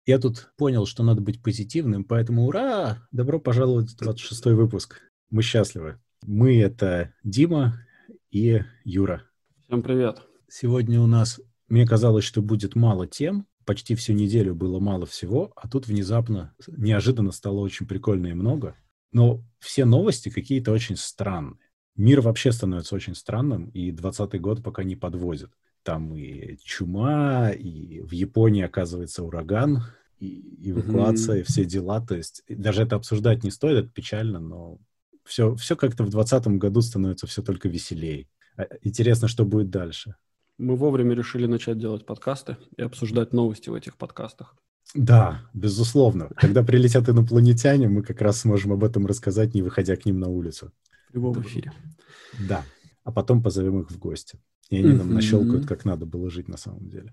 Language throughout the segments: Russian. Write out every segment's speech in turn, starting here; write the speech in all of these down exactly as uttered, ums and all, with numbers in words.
Я тут понял, что надо быть позитивным, поэтому ура! Добро пожаловать в двадцать шестой выпуск. Мы счастливы. Мы — это Дима и Юра. Всем привет. Сегодня у нас, мне казалось, что будет мало тем. Почти всю неделю было мало всего, а тут внезапно, неожиданно стало очень прикольно и много. Но все новости какие-то очень странные. Мир вообще становится очень странным, и двадцатый год пока не подводит. Там и чума, и в Японии, оказывается, ураган, и эвакуация, Мгм. и все дела. То есть даже это обсуждать не стоит, это печально, но все, все как-то в двадцатом году становится все только веселее. А, Интересно, что будет дальше. Мы вовремя решили начать делать подкасты и обсуждать новости в этих подкастах. Да, безусловно. Когда прилетят инопланетяне, мы как раз сможем об этом рассказать, не выходя к ним на улицу. В прямом Д- эфире. Да. А потом позовем их в гости. И они нам нащелкают, Мгм. как надо было жить на самом деле.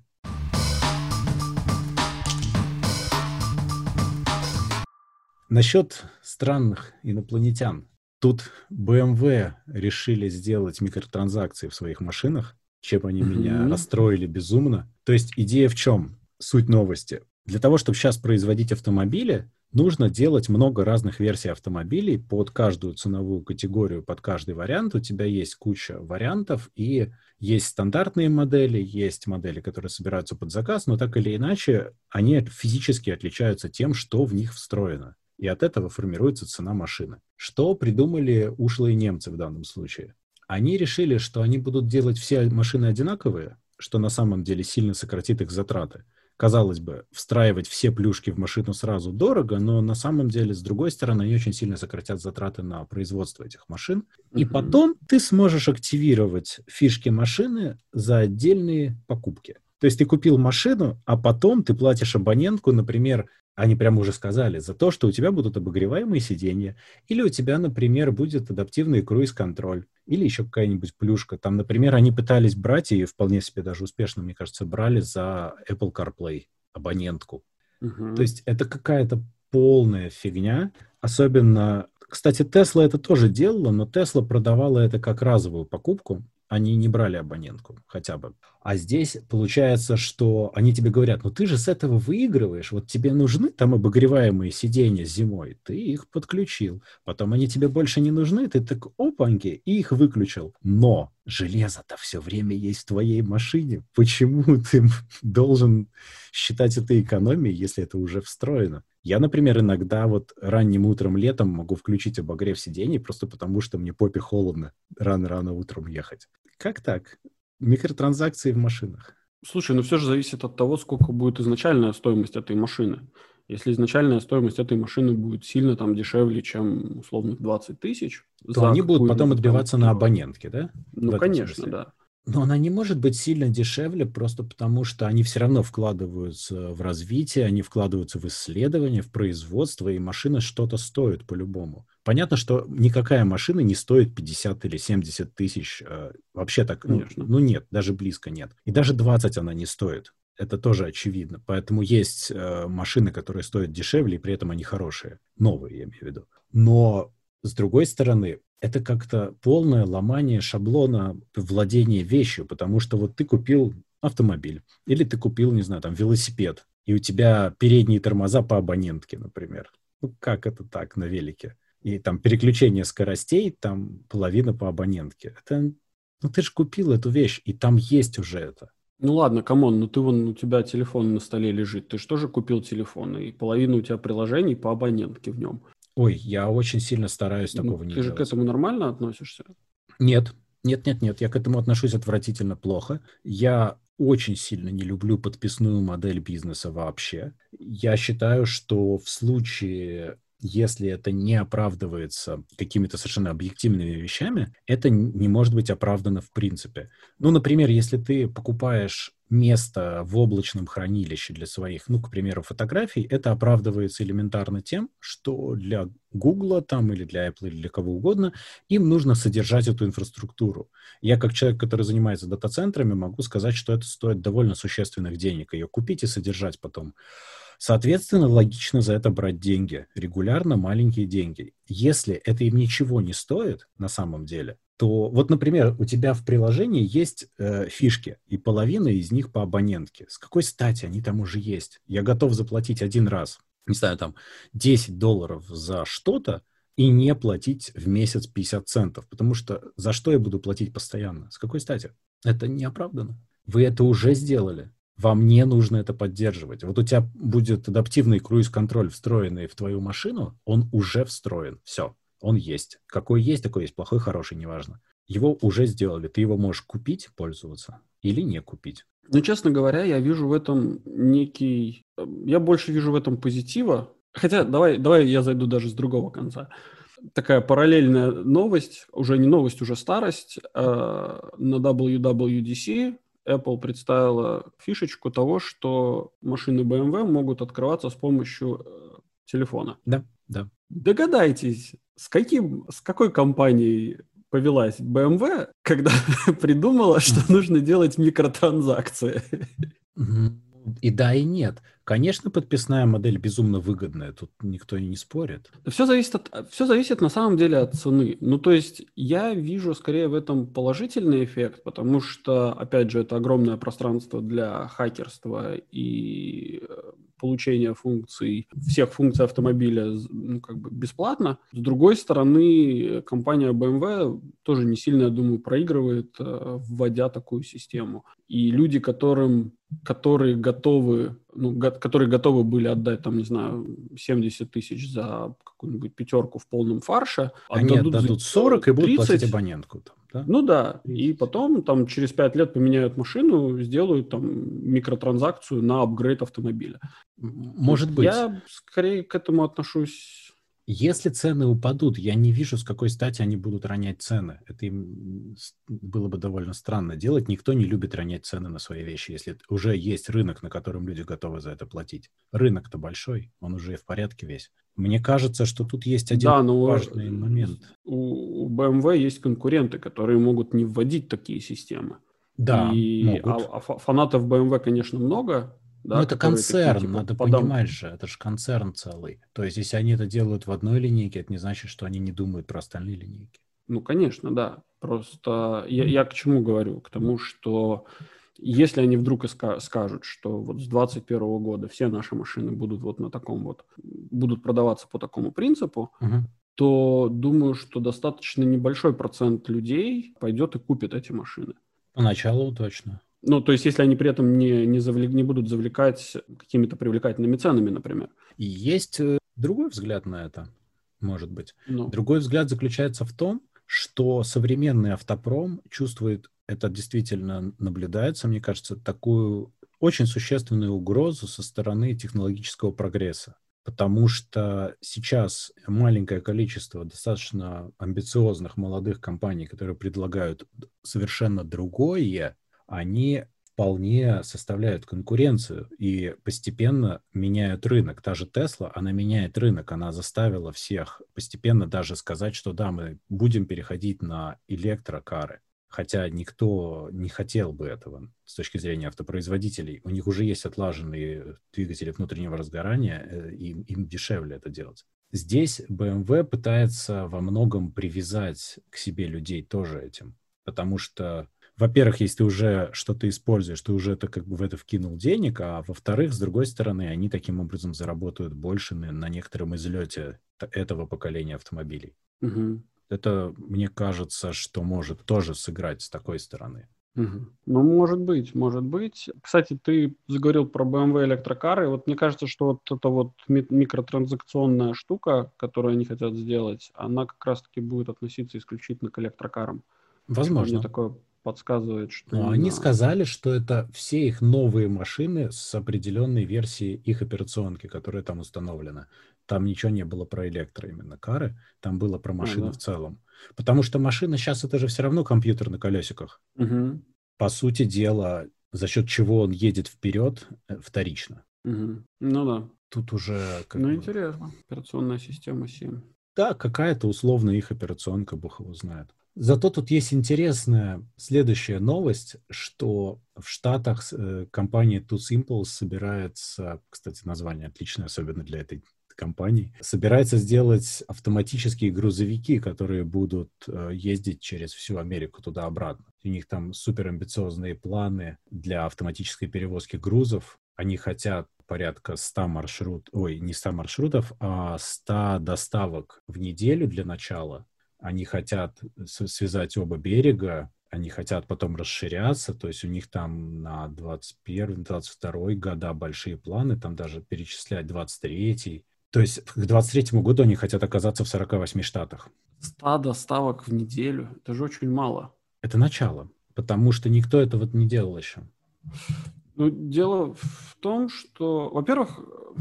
Насчет странных инопланетян. Тут бэ эм вэ решили сделать микротранзакции в своих машинах, чем они меня Мгм. расстроили безумно. То есть идея в чем? Суть новости. Для того, чтобы сейчас производить автомобили, нужно делать много разных версий автомобилей под каждую ценовую категорию, под каждый вариант. У тебя есть куча вариантов, и есть стандартные модели, есть модели, которые собираются под заказ, но так или иначе они физически отличаются тем, что в них встроено. И от этого формируется цена машины. Что придумали ушлые немцы в данном случае? Они решили, что они будут делать все машины одинаковые, что на самом деле сильно сократит их затраты. Казалось бы, встраивать все плюшки в машину сразу дорого, но на самом деле, с другой стороны, они очень сильно сократят затраты на производство этих машин. И Мгм. потом ты сможешь активировать фишки машины за отдельные покупки. То есть ты купил машину, а потом ты платишь абонентку, например, они прямо уже сказали, за то, что у тебя будут обогреваемые сиденья, или у тебя, например, будет адаптивный круиз-контроль, или еще какая-нибудь плюшка. Там, например, они пытались брать, и вполне себе даже успешно, мне кажется, брали за Apple CarPlay абонентку. То Мгм. есть это какая-то полная фигня. Особенно, кстати, Tesla это тоже делала, но Tesla продавала это как разовую покупку. Они не брали абонентку хотя бы. А здесь получается, что они тебе говорят, ну ты же с этого выигрываешь, вот тебе нужны там обогреваемые сиденья зимой, ты их подключил. Потом они тебе больше не нужны, ты так опаньки, и их выключил. Но железо-то все время есть в твоей машине. Почему ты должен считать это экономией, если это уже встроено? Я, например, иногда вот ранним утром летом могу включить обогрев сидений просто потому, что мне попе холодно рано-рано утром ехать. Как так? Микротранзакции в машинах. Слушай, ну все же зависит от того, сколько будет изначальная стоимость этой машины. Если изначальная стоимость этой машины будет сильно там дешевле, чем условных двадцать тысяч То за они будут потом какую-нибудь там отбиваться на треху. абонентке, да? В Ну, этом конечно, смысле. да. Но она не может быть сильно дешевле просто потому, что они все равно вкладываются в развитие, они вкладываются в исследования, в производство, и машина что-то стоит по-любому. Понятно, что никакая машина не стоит пятьдесят или семьдесят тысяч. э, Вообще так, ну, Конечно. ну нет, даже близко нет. И даже двадцать она не стоит. Это тоже очевидно. Поэтому есть э, машины, которые стоят дешевле, и при этом они хорошие. Новые, я имею в виду. Но, с другой стороны, это как-то полное ломание шаблона владения вещью, потому что вот ты купил автомобиль, или ты купил, не знаю, там, велосипед, и у тебя передние тормоза по абонентке, например. Ну, как это так на велике? И там переключение скоростей, там половина по абонентке. Это, ну, ты же купил эту вещь, и там есть уже это. Ну ладно, камон, ну ты вон, у тебя телефон на столе лежит, ты же тоже купил телефон, и половина у тебя приложений по абонентке в нем. Ой, я очень сильно стараюсь Ну, такого не ты же к делать. этому нормально относишься? Нет, нет, нет, нет, я к этому отношусь отвратительно плохо. Я очень сильно не люблю подписную модель бизнеса вообще. Я считаю, что в случае, если это не оправдывается какими-то совершенно объективными вещами, это н- не может быть оправдано в принципе. Ну, например, если ты покупаешь место в облачном хранилище для своих, ну, к примеру, фотографий, это оправдывается элементарно тем, что для Гугла там или для Apple или для кого угодно им нужно содержать эту инфраструктуру. Я, как человек, который занимается дата-центрами, могу сказать, что это стоит довольно существенных денег. Ее купить и содержать потом. Соответственно, логично за это брать деньги. Регулярно маленькие деньги. Если это им ничего не стоит, на самом деле, то вот, например, у тебя в приложении есть э, фишки, и половина из них по абонентке. С какой стати они там уже есть? Я готов заплатить один раз, не знаю, там, десять долларов за что-то и не платить в месяц пятьдесят центов, потому что за что я буду платить постоянно? С какой стати? Это неоправданно. Вы это уже сделали. Вам не нужно это поддерживать. Вот у тебя будет адаптивный круиз-контроль, встроенный в твою машину, он уже встроен. Все. Он есть. Какой есть, такой есть. Плохой, хороший, неважно. Его уже сделали. Ты его можешь купить, пользоваться или не купить. Ну, честно говоря, я вижу в этом некий... Я больше вижу в этом позитива. Хотя, давай, давай я зайду даже с другого конца. Такая параллельная новость, уже не новость, уже старость. На дабл ю дабл ю ди си Apple представила фишечку того, что машины бэ эм вэ могут открываться с помощью телефона. Да, да. Догадайтесь, с, каким, с какой компанией повелась бэ эм вэ, когда придумала, что нужно делать микротранзакции? И да, и нет. Конечно, подписная модель безумно выгодная, тут никто и не спорит. Все зависит, от, все зависит на самом деле от цены. Ну, то есть я вижу скорее в этом положительный эффект, потому что, опять же, это огромное пространство для хакерства и получения функций, всех функций автомобиля, ну, как бы бесплатно. С другой стороны, компания бэ эм вэ тоже не сильно, я думаю, проигрывает, вводя такую систему. И люди, которым, которые готовы, ну, го, которые готовы были отдать, там, не знаю, семьдесят тысяч за какую-нибудь пятерку в полном фарше, они отдадут, отдадут сорок и будут платить абонентку. Там, да? Ну да, тридцать. И потом там через пять лет поменяют машину, сделают там микротранзакцию на апгрейд автомобиля. Может быть. Я скорее к этому отношусь... Если цены упадут, я не вижу, с какой стати они будут ронять цены. Это им было бы довольно странно делать. Никто не любит ронять цены на свои вещи, если уже есть рынок, на котором люди готовы за это платить. Рынок-то большой, он уже в порядке весь. Мне кажется, что тут есть один да, но важный момент. У, у бэ эм вэ есть конкуренты, которые могут не вводить такие системы. Да, И, могут. А, а фанатов бэ эм вэ, конечно, много. Да, ну, это концерн, такие, типа, надо подам... понимать же, это же концерн целый. То есть, если они это делают в одной линейке, это не значит, что они не думают про остальные линейки. Ну, конечно, да. Просто я, я к чему говорю? К тому, что если они вдруг ска- скажут, что вот с двадцать первого года все наши машины будут вот на таком вот, будут продаваться по такому принципу, угу. то думаю, что достаточно небольшой процент людей пойдет и купит эти машины. Поначалу точно. Ну, то есть, если они при этом не, не, завлек, не будут завлекать какими-то привлекательными ценами, например. И есть э, другой взгляд на это, может быть. Ну. Другой взгляд заключается в том, что современный автопром чувствует, это действительно наблюдается, мне кажется, такую очень существенную угрозу со стороны технологического прогресса. Потому что сейчас маленькое количество достаточно амбициозных молодых компаний, которые предлагают совершенно другое, они вполне составляют конкуренцию и постепенно меняют рынок. Та же Tesla, она меняет рынок, она заставила всех постепенно даже сказать, что да, мы будем переходить на электрокары. Хотя никто не хотел бы этого с точки зрения автопроизводителей. У них уже есть отлаженные двигатели внутреннего разгорания, и им, им дешевле это делать. Здесь бэ эм вэ пытается во многом привязать к себе людей тоже этим. Потому что, во-первых, если ты уже что-то используешь, ты уже это, как бы в это вкинул денег, а во-вторых, с другой стороны, они таким образом заработают больше на, на некотором излете этого поколения автомобилей. Угу. Это, мне кажется, что может тоже сыграть с такой стороны. Угу. Ну, может быть, может быть. Кстати, ты заговорил про бэ эм вэ электрокары. Вот мне кажется, что вот эта вот микротранзакционная штука, которую они хотят сделать, она как раз-таки будет относиться исключительно к электрокарам. Возможно. Мне такое подсказывает, что... Но именно... они сказали, что это все их новые машины с определенной версией их операционки, которая там установлена. Там ничего не было про электро именно кары, там было про машины а, да? в целом. Потому что машина сейчас это же все равно компьютер на колесиках. Угу. По сути дела, за счет чего он едет вперед, вторично. Угу. Ну да. Тут уже... Как ну бы... интересно. Операционная система семь. Да, какая-то условная их операционка, бог его знает. Зато тут есть интересная следующая новость, что в Штатах э, компания TuSimple собирается, кстати, название отличное, особенно для этой компаний, собирается сделать автоматические грузовики, которые будут э, ездить через всю Америку туда-обратно. У них там суперамбициозные планы для автоматической перевозки грузов. Они хотят порядка ста маршрутов, ой, не ста маршрутов, а ста доставок в неделю для начала. Они хотят связать оба берега, они хотят потом расширяться, то есть у них там на двадцать первый двадцать второй года большие планы, там даже перечислять двадцать третий. То есть к двадцать третьему году они хотят оказаться в сорока восьми штатах. ста доставок в неделю, это же очень мало. Это начало, потому что никто этого не делал еще. Ну, дело в том, что, во-первых,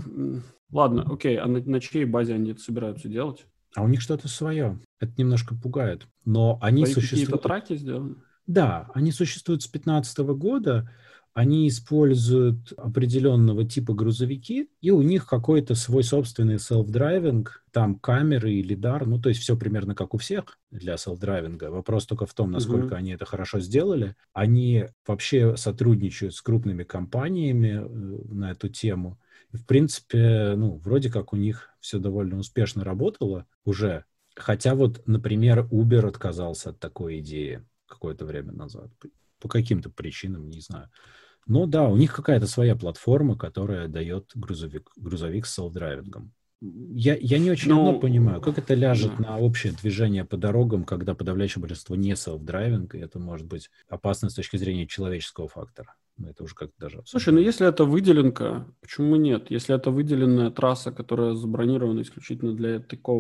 ладно, окей, а на, на чьей базе они это собираются делать? А у них что-то свое. Это немножко пугает. Но они Свои существуют... какие-то траки сделаны? Да, они существуют с две тысячи пятнадцатого года. Они используют определенного типа грузовики, и у них какой-то свой собственный self-driving, там камеры и лидар, ну, то есть все примерно как у всех для self-driving. Вопрос только в том, насколько uh-huh. они это хорошо сделали. Они вообще сотрудничают с крупными компаниями на эту тему. И, в принципе, ну, вроде как у них все довольно успешно работало уже. Хотя вот, например, Uber отказался от такой идеи какое-то время назад. По каким-то причинам, не знаю. Но да, у них какая-то своя платформа, которая дает грузовик, грузовик с селф-драйвингом. Я, я не очень Но... одно понимаю, как это ляжет да. на общее движение по дорогам, когда подавляющее большинство не селф-драйвинг, и это может быть опасно с точки зрения человеческого фактора. Но это уже как-то даже... Слушай, ну если это выделенка, почему нет? Если это выделенная трасса, которая забронирована исключительно для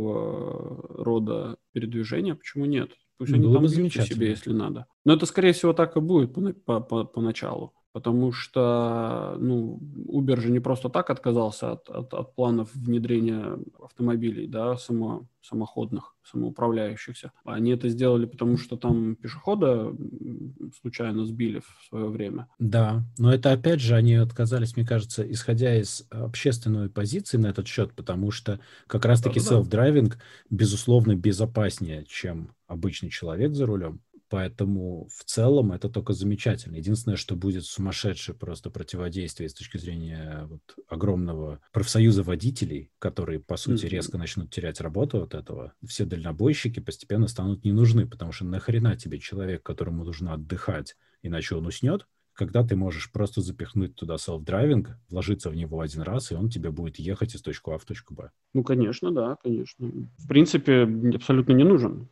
такого рода передвижения, почему нет? Пусть они Было там бы бьются замечательно. себе, если надо. Но это, скорее всего, так и будет по, по, поначалу. Потому что, ну, Uber же не просто так отказался от, от, от планов внедрения автомобилей, да, само, самоходных, самоуправляющихся. Они это сделали, потому что там пешехода случайно сбили в свое время. Да, но это, опять же, они отказались, мне кажется, исходя из общественной позиции на этот счет, потому что как раз-таки Да-да-да. селф-драйвинг, безусловно, безопаснее, чем обычный человек за рулем. Поэтому в целом это только замечательно. Единственное, что будет сумасшедшее просто противодействие с точки зрения вот огромного профсоюза водителей, которые, по сути, mm-hmm. резко начнут терять работу от этого. Все дальнобойщики постепенно станут не нужны, потому что нахрена тебе человек, которому нужно отдыхать, иначе он уснет, когда ты можешь просто запихнуть туда селф-драйвинг, вложиться в него один раз, и он тебе будет ехать из точки А в точку Б. Ну, конечно, да, конечно. В принципе, абсолютно не нужен.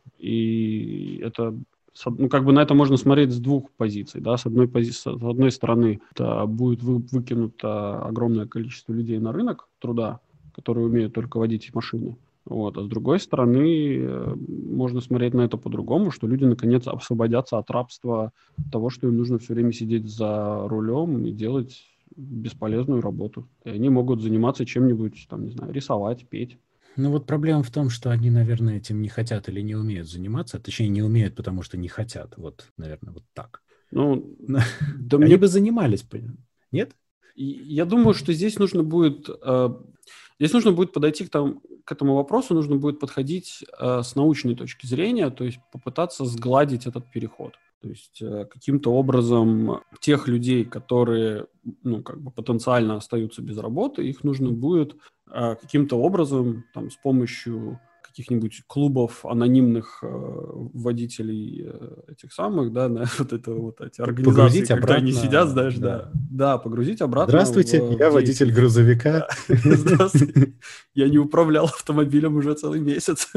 И это... Ну, как бы на это можно смотреть с двух позиций, да, с одной позиции, с одной стороны, это будет вы, выкинуто огромное количество людей на рынок труда, которые умеют только водить машины, вот, а с другой стороны, можно смотреть на это по-другому, что люди, наконец, освободятся от рабства того, что им нужно все время сидеть за рулем и делать бесполезную работу, и они могут заниматься чем-нибудь, там, не знаю, рисовать, петь. Ну вот проблема в том, что они, наверное, этим не хотят или не умеют заниматься. Точнее, не умеют, потому что не хотят. Вот, наверное, вот так. Ну, да они мне... бы занимались, нет? Я думаю, что здесь нужно будет, здесь нужно будет подойти к, там, к этому вопросу, нужно будет подходить с научной точки зрения, то есть попытаться сгладить этот переход. То есть каким-то образом тех людей, которые, ну, как бы потенциально остаются без работы, их нужно будет каким-то образом там, с помощью каких-нибудь клубов анонимных э, водителей э, этих самых, да, на вот это вот эти организации, погрузить когда обратно, они сидят, знаешь, да, да, да, погрузить обратно. Здравствуйте, в, я в водитель грузовика. Здравствуйте, я не управлял автомобилем уже целый месяц.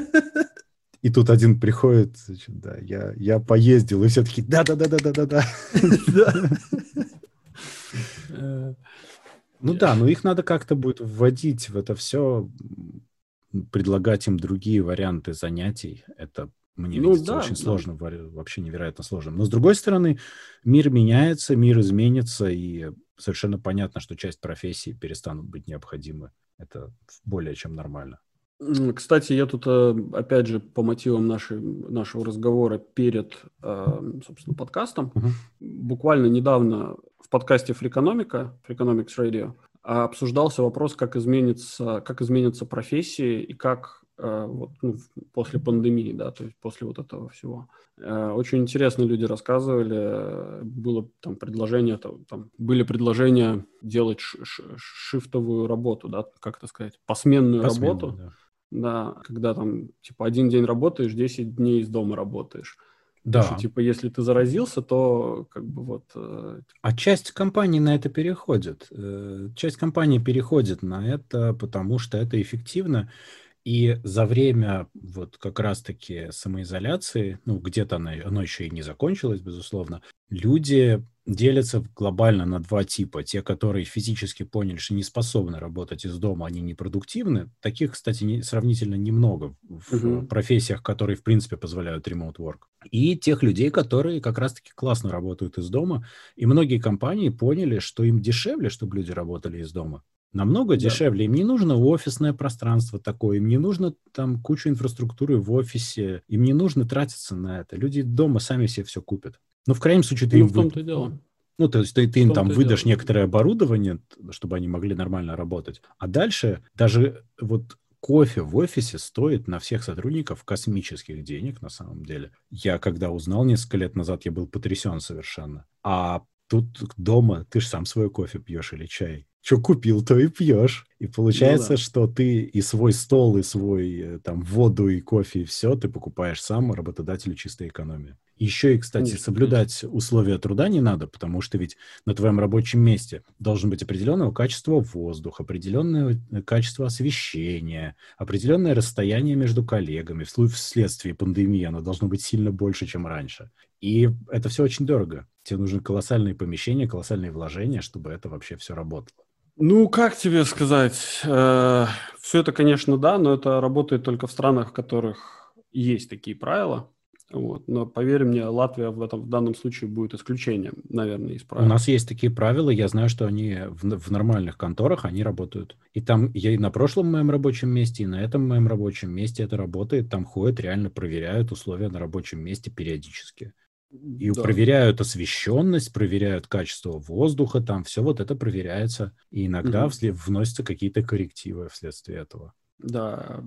И тут один приходит, значит, да, я, я поездил, и все таки да-да-да-да-да-да. Ну да, но их надо как-то будет вводить в это все, предлагать им другие варианты занятий. Это, мне ну, видится, да, очень да. сложно, вообще невероятно сложно. Но, с другой стороны, мир меняется, мир изменится, и совершенно понятно, что часть профессий перестанут быть необходимы. Это более чем нормально. Кстати, я тут, опять же, по мотивам нашей, нашего разговора перед, собственно, подкастом, uh-huh. буквально недавно в подкасте Freakonomics, Freakonomics Radio, обсуждался вопрос, как изменится, как изменятся профессии и как вот, ну, после пандемии, да, то есть после вот этого всего. Очень интересно люди рассказывали, было там предложение, там, были предложения делать ш- ш- шифтовую работу, да, как это сказать, посменную, Посменную, работу, да. да, когда там, типа, один день работаешь, десять дней из дома работаешь. И что, Да. типа, если ты заразился, то как бы вот... А часть компаний на это переходит. Э, Часть компаний переходит на это, потому что это эффективно. И за время вот как раз-таки самоизоляции, ну, где-то оно, оно еще и не закончилось, безусловно, люди делятся глобально на два типа. Те, которые физически поняли, что не способны работать из дома, они непродуктивны. Таких, кстати, не, сравнительно немного в Угу. профессиях, которые, в принципе, позволяют remote work. И тех людей, которые как раз-таки классно работают из дома. И многие компании поняли, что им дешевле, чтобы люди работали из дома. Намного Да. дешевле. Им не нужно офисное пространство такое, им не нужно там кучу инфраструктуры в офисе, им не нужно тратиться на это. Люди дома сами себе все купят. Ну, в крайнем случае, ты Ну, им в вы... том-то и дело. Ну, то есть ты, ты В им там том-то и выдашь дело. некоторое оборудование, чтобы они могли нормально работать. А дальше даже вот кофе в офисе стоит на всех сотрудников космических денег, на самом деле. Я когда узнал несколько лет назад, я был потрясен совершенно. А тут дома ты же сам свой кофе пьешь или чай. Что купил, то и пьешь. И получается, Ну, да. что ты и свой стол, и свой там воду, и кофе, и все ты покупаешь сам, а работодателю чистая экономия. Еще и, кстати, Конечно, соблюдать конечно. условия труда не надо, потому что ведь на твоем рабочем месте должен быть определенного качества воздуха, определенное качество освещения, определенное расстояние между коллегами. Вследствие пандемии оно должно быть сильно больше, чем раньше. И это все очень дорого. Тебе нужны колоссальные помещения, колоссальные вложения, чтобы это вообще все работало. Ну, как тебе сказать? Э, все это, конечно, да, но это работает только в странах, в которых есть такие правила. Вот. Но поверь мне, Латвия в этом в данном случае будет исключением, наверное, из У правил. нас есть такие правила, я знаю, что они в, в нормальных конторах, они работают. И там, я и на прошлом моем рабочем месте, и на этом моем рабочем месте это работает. Там ходят, реально проверяют условия на рабочем месте периодически. И Да. проверяют освещенность, проверяют качество воздуха, там все вот это проверяется. И иногда Мгм. вслед, вносятся какие-то коррективы вследствие этого. Да,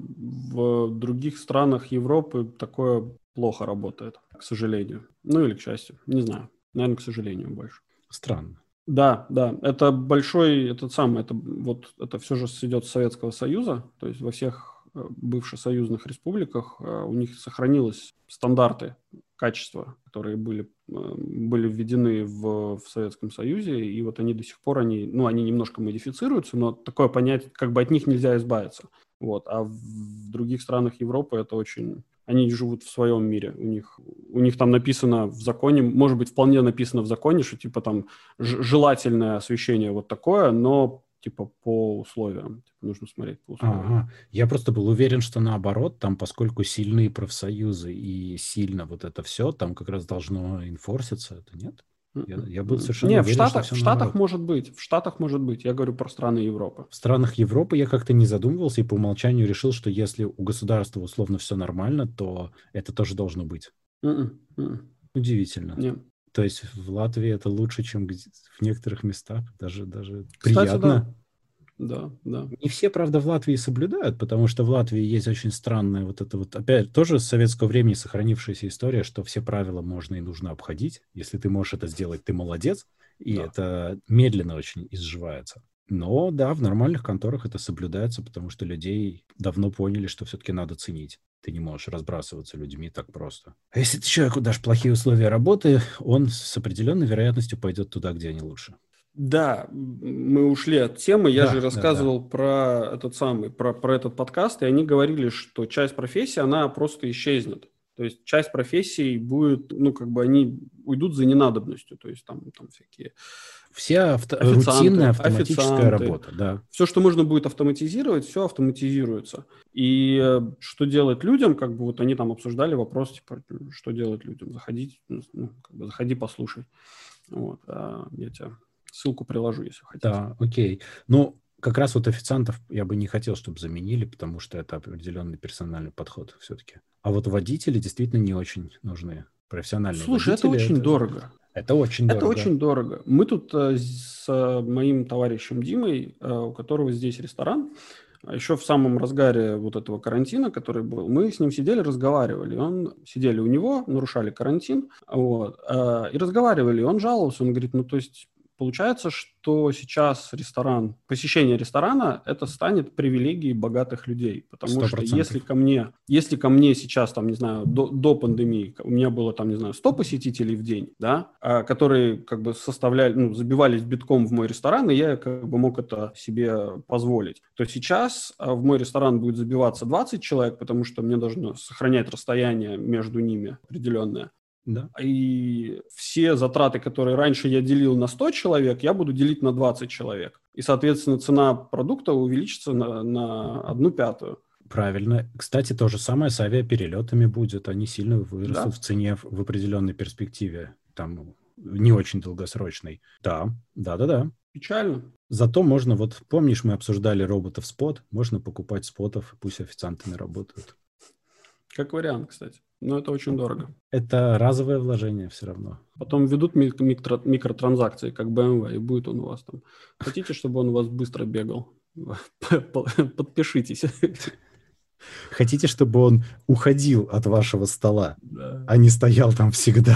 в других странах Европы такое плохо работает, к сожалению. Ну или к счастью, не знаю. Наверное, к сожалению больше. Странно. Да, да, это большой, этот самый, это вот это все же идет с Советского Союза, то есть во всех э, бывших союзных республиках э, у них сохранились стандарты качества, которые были, э, были введены в, в Советском Союзе, и вот они до сих пор, они, ну, они немножко модифицируются, но такое понятие, как бы от них нельзя избавиться. Вот, а в других странах Европы это очень... Они живут в своем мире. У них, у них там написано в законе, может быть, вполне написано в законе, что типа там ж- желательное освещение вот такое, но типа по условиям. Типа, нужно смотреть по условиям. Ага. Я просто был уверен, что наоборот, там, поскольку сильные профсоюзы и сильно вот это все, там как раз должно инфорситься, это нет? Я, я был М-м-м. совершенно Не, в уверен, что Штатах, все в Штатах наоборот. может быть, в Штатах может быть. Я говорю про страны Европы. В странах Европы я как-то не задумывался и по умолчанию решил, что если у государства условно все нормально, то это тоже должно быть. М-м, м-м. Удивительно. Не. То есть в Латвии это лучше, чем где- в некоторых местах. Даже, даже Кстати, да. приятно. Да, да. Не все, правда, в Латвии соблюдают, потому что в Латвии есть очень странная вот это вот, опять тоже с советского времени сохранившаяся история, что все правила можно и нужно обходить. Если ты можешь это сделать, ты молодец. И Да. это медленно очень изживается. Но да, в нормальных конторах это соблюдается, потому что людей давно поняли, что все-таки надо ценить. Ты не можешь разбрасываться людьми так просто. А если ты человеку дашь плохие условия работы, он с определенной вероятностью пойдет туда, где они лучше. Да, мы ушли от темы. Я же Да, да, да. рассказывал про этот самый, про, про этот подкаст, и они говорили, что часть профессии, она просто исчезнет. То есть часть профессий будет, ну, как бы они уйдут за ненадобностью. То есть там, там всякие Вся авто- рутинная официанты, автоматическая официанты. работа, да. Все, что можно будет автоматизировать, все автоматизируется. И э, что делать людям, как бы вот они там обсуждали вопрос, типа, что делать людям, заходить, ну, как бы заходи, послушай. Вот, а я тебе ссылку приложу, если хотите. Да, окей. Ну, как раз вот официантов я бы не хотел, чтобы заменили, потому что это определенный персональный подход все-таки. А вот водители действительно не очень нужны. Профессиональные Слушай, это водители, очень это, дорого. это очень Это дорого. очень дорого. Мы тут э, с э, моим товарищем Димой, э, у которого здесь ресторан, А еще в самом разгаре вот этого карантина, который был, мы с ним сидели, разговаривали. Он, сидели у него, нарушали карантин, вот, э, и разговаривали. И он жаловался, он говорит, ну, то есть... Получается, что сейчас ресторан, посещение ресторана, это станет привилегией богатых людей, потому сто что процентов. если ко мне, если ко мне сейчас, там, не знаю, до, до пандемии у меня было, там, не знаю, сто посетителей в день, да, которые как бы составляли, ну, забивались битком в мой ресторан, и я как бы мог это себе позволить, то сейчас в мой ресторан будет забиваться двадцать человек, потому что мне должно сохранять расстояние между ними определенное. Да. И все затраты, которые раньше я делил на сто человек, я буду делить на двадцать человек. И, соответственно, цена продукта увеличится на, на одну пятую. Правильно. Кстати, то же самое с авиаперелетами будет. Они сильно вырастут Да. в цене в, в определенной перспективе. Там не очень долгосрочной. Да, да-да-да. Печально. Зато можно, вот помнишь, мы обсуждали роботов спот, можно покупать спотов, пусть официантами работают. Как вариант, кстати. Но это очень дорого. Это разовое вложение все равно. Потом ведут микро, микротранзакции, как бэ эм вэ, и будет он у вас там. Хотите, чтобы он у вас быстро бегал? Подпишитесь. Хотите, чтобы он уходил от вашего стола, да. а не стоял там всегда?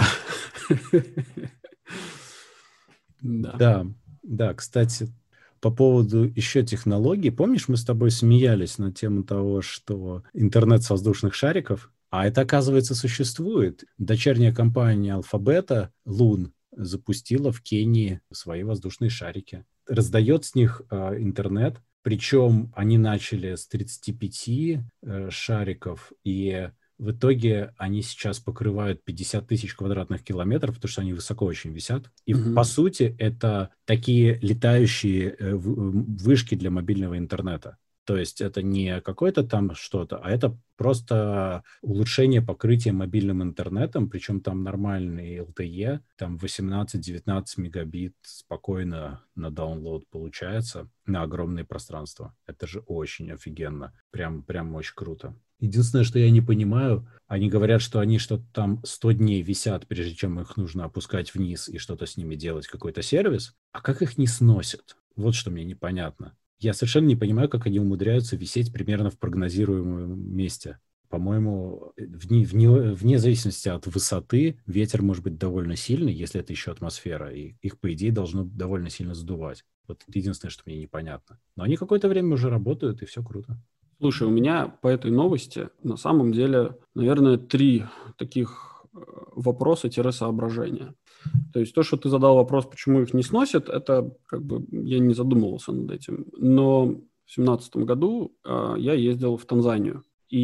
да. да, да, кстати, по поводу еще технологий, помнишь, мы с тобой смеялись на тему того, что интернет с воздушных шариков, а это, оказывается, существует. Дочерняя компания Алфабета, Лун, запустила в Кении свои воздушные шарики. Раздает с них э, интернет, причем они начали с тридцати пяти э, шариков, и в итоге они сейчас покрывают пятьдесят тысяч квадратных километров, потому что они высоко очень висят. И, Мгм. по сути, это такие летающие э, в- вышки для мобильного интернета. То есть это не какое-то там что-то, а это просто улучшение покрытия мобильным интернетом, причем там нормальный эл тэ е, там восемнадцать-девятнадцать мегабит спокойно на даунлоад получается на огромные пространства. Это же очень офигенно. Прям, прям очень круто. Единственное, что я не понимаю, они говорят, что они что-то там сто дней висят, прежде чем их нужно опускать вниз и что-то с ними делать, какой-то сервис. А как их не сносят? Вот что мне непонятно. Я совершенно не понимаю, как они умудряются висеть примерно в прогнозируемом месте. По-моему, вне, вне, вне зависимости от высоты, ветер может быть довольно сильный, если это еще атмосфера, и их, по идее, должно довольно сильно сдувать. Вот это единственное, что мне непонятно. Но они какое-то время уже работают, и все круто. Слушай, у меня по этой новости на самом деле, наверное, три таких вопроса-соображения. То есть то, что ты задал вопрос, почему их не сносят, это как бы я не задумывался над этим. Но в две тысячи семнадцатом году э, я ездил в Танзанию.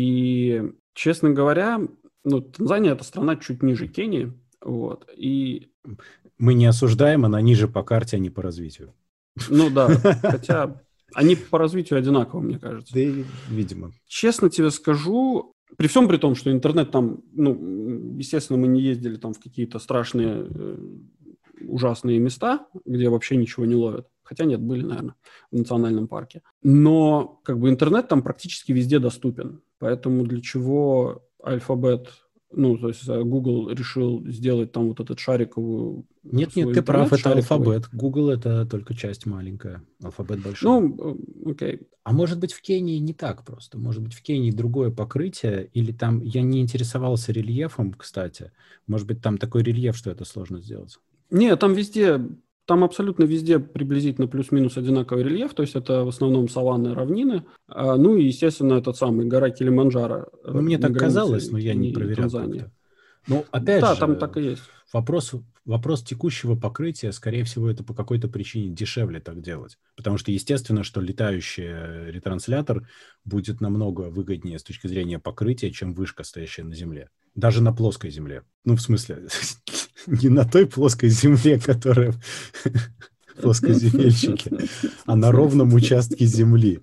И, честно говоря, ну, Танзания – это страна чуть ниже Кении. Вот, и... Мы не осуждаем, она ниже по карте, а не по развитию. Ну да, хотя они по развитию одинаково, мне кажется. Да, и, видимо. Честно тебе скажу, при всем при том, что интернет там, ну, естественно, мы не ездили там в какие-то страшные, э, ужасные места, где вообще ничего не ловят. Хотя нет, были, наверное, в национальном парке. Но как бы интернет там практически везде доступен. Поэтому для чего Alphabet, ну, то есть Google решил сделать там вот этот шариковую... Нет, нет, ты прав, это Alphabet. Google — это только часть маленькая. Alphabet большой. Ну, окей. Okay. А может быть, в Кении не так просто. Может быть, в Кении другое покрытие, или там... Я не интересовался рельефом, кстати. Может быть, там такой рельеф, что это сложно сделать. Нет, там везде... Там абсолютно везде приблизительно плюс-минус одинаковый рельеф, то есть это в основном саванны, равнины. А, ну и, естественно, этот самый гора Килиманджаро. Ну, мне так казалось, но я не проверял как-то. Ну, опять да, же, там так и есть. Вопрос, вопрос текущего покрытия, скорее всего, это по какой-то причине дешевле так делать. Потому что, естественно, что летающий ретранслятор будет намного выгоднее с точки зрения покрытия, чем вышка, стоящая на Земле. Даже на плоской Земле. Ну, в смысле, не на той плоской Земле, которая плоскоземельщики, а на ровном участке Земли.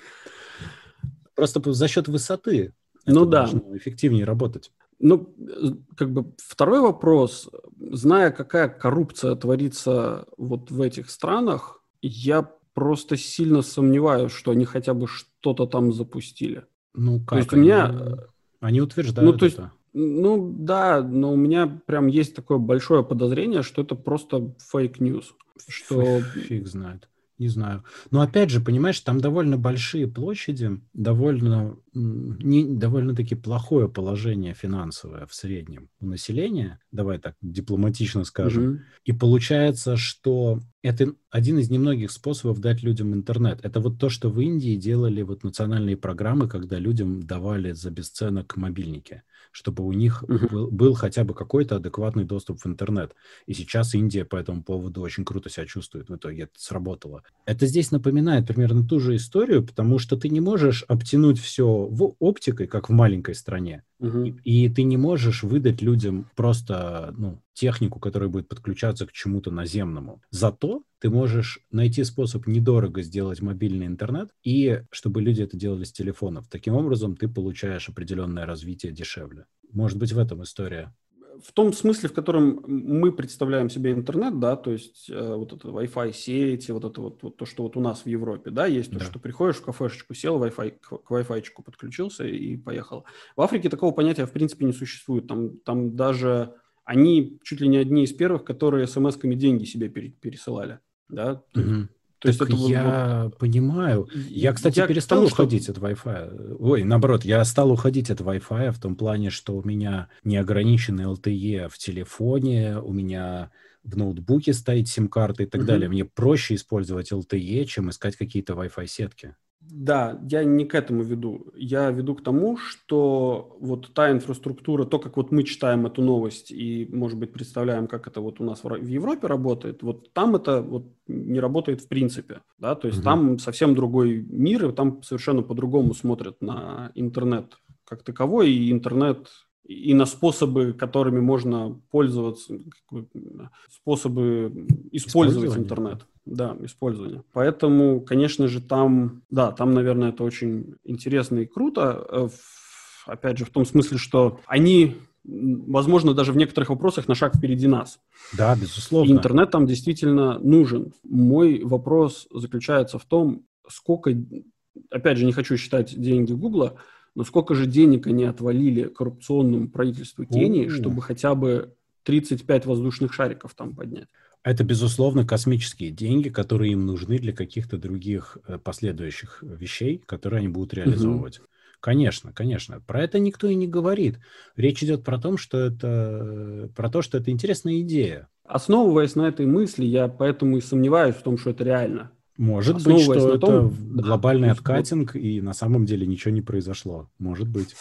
Просто за счет высоты это ну, да. должно эффективнее работать. Ну, как бы второй вопрос. Зная, какая коррупция творится вот в этих странах, я просто сильно сомневаюсь, что они хотя бы что-то там запустили. Ну, как? То есть они, у меня... они утверждают ну, то есть, это. Ну, да, но у меня прям есть такое большое подозрение, что это просто фейк-ньюс. Что... Фиг знает. Не знаю. Но опять же, понимаешь, там довольно большие площади, довольно, не, довольно-таки плохое положение финансовое в среднем у населения, давай так дипломатично скажем. Угу. И получается, что это один из немногих способов дать людям интернет. Это вот то, что в Индии делали вот национальные программы, когда людям давали за бесценок мобильники, чтобы у них Угу. был, был хотя бы какой-то адекватный доступ в интернет. И сейчас Индия по этому поводу очень круто себя чувствует. В итоге это сработало. Это здесь напоминает примерно ту же историю, потому что ты не можешь обтянуть все в оптикой, как в маленькой стране. И, Угу. и ты не можешь выдать людям просто ну, технику, которая будет подключаться к чему-то наземному. Зато ты можешь найти способ недорого сделать мобильный интернет, и чтобы люди это делали с телефонов. Таким образом, ты получаешь определенное развитие дешевле. Может быть, в этом история. В том смысле, в котором мы представляем себе интернет, да, то есть э, вот это Wi-Fi сети, вот это вот, вот то, что вот у нас в Европе, да, есть то, Да. что приходишь в кафешечку, сел, Wi-Fi, к, к Wi-Fi-чику подключился и поехал. В Африке такого понятия в принципе не существует. Там, там даже они чуть ли не одни из первых, которые смс-ками деньги себе пере- пересылали, да, то есть, Мгм. то есть Так это вот, вот я понимаю. Я, кстати, я к перестал тому, что... уходить от Wi-Fi. Ой, наоборот, я стал уходить от Wi-Fi в том плане, что у меня неограниченный эл ти и в телефоне, у меня в ноутбуке стоит сим-карта и так далее. Мгм. Мне проще использовать эл ти и, чем искать какие-то Wi-Fi сетки. Да, я не к этому веду. Я веду к тому, что вот та инфраструктура, то, как вот мы читаем эту новость и, может быть, представляем, как это вот у нас в Ро- в Европе работает, вот там это вот не работает в принципе, да, то есть Мгм. там совсем другой мир, и там совершенно по-другому смотрят на интернет как таковой, и интернет, и на способы, которыми можно пользоваться, как бы, способы использовать Использование? интернет. Да, использование. Поэтому, конечно же, там, да, там, наверное, это очень интересно и круто. Э, в- Опять же, в том смысле, что они, м, возможно, даже в некоторых вопросах на шаг впереди нас. Да, И безусловно. интернет там действительно нужен. Мой вопрос заключается в том, сколько, опять же, не хочу считать деньги Гугла, но сколько же денег они отвалили коррупционному правительству Кении, У, чтобы хотя бы тридцать пять воздушных шариков там поднять. Это, безусловно, космические деньги, которые им нужны для каких-то других э, последующих вещей, которые они будут Мгм. реализовывать. Конечно, конечно. Про это никто и не говорит. Речь идет про то, что это, про то, что это интересная идея. Основываясь на этой мысли, я поэтому и сомневаюсь в том, что это реально. Может быть, Основываясь что на это том, в- да, то глобальный есть вот, откатинг, и на самом деле ничего не произошло. Может быть.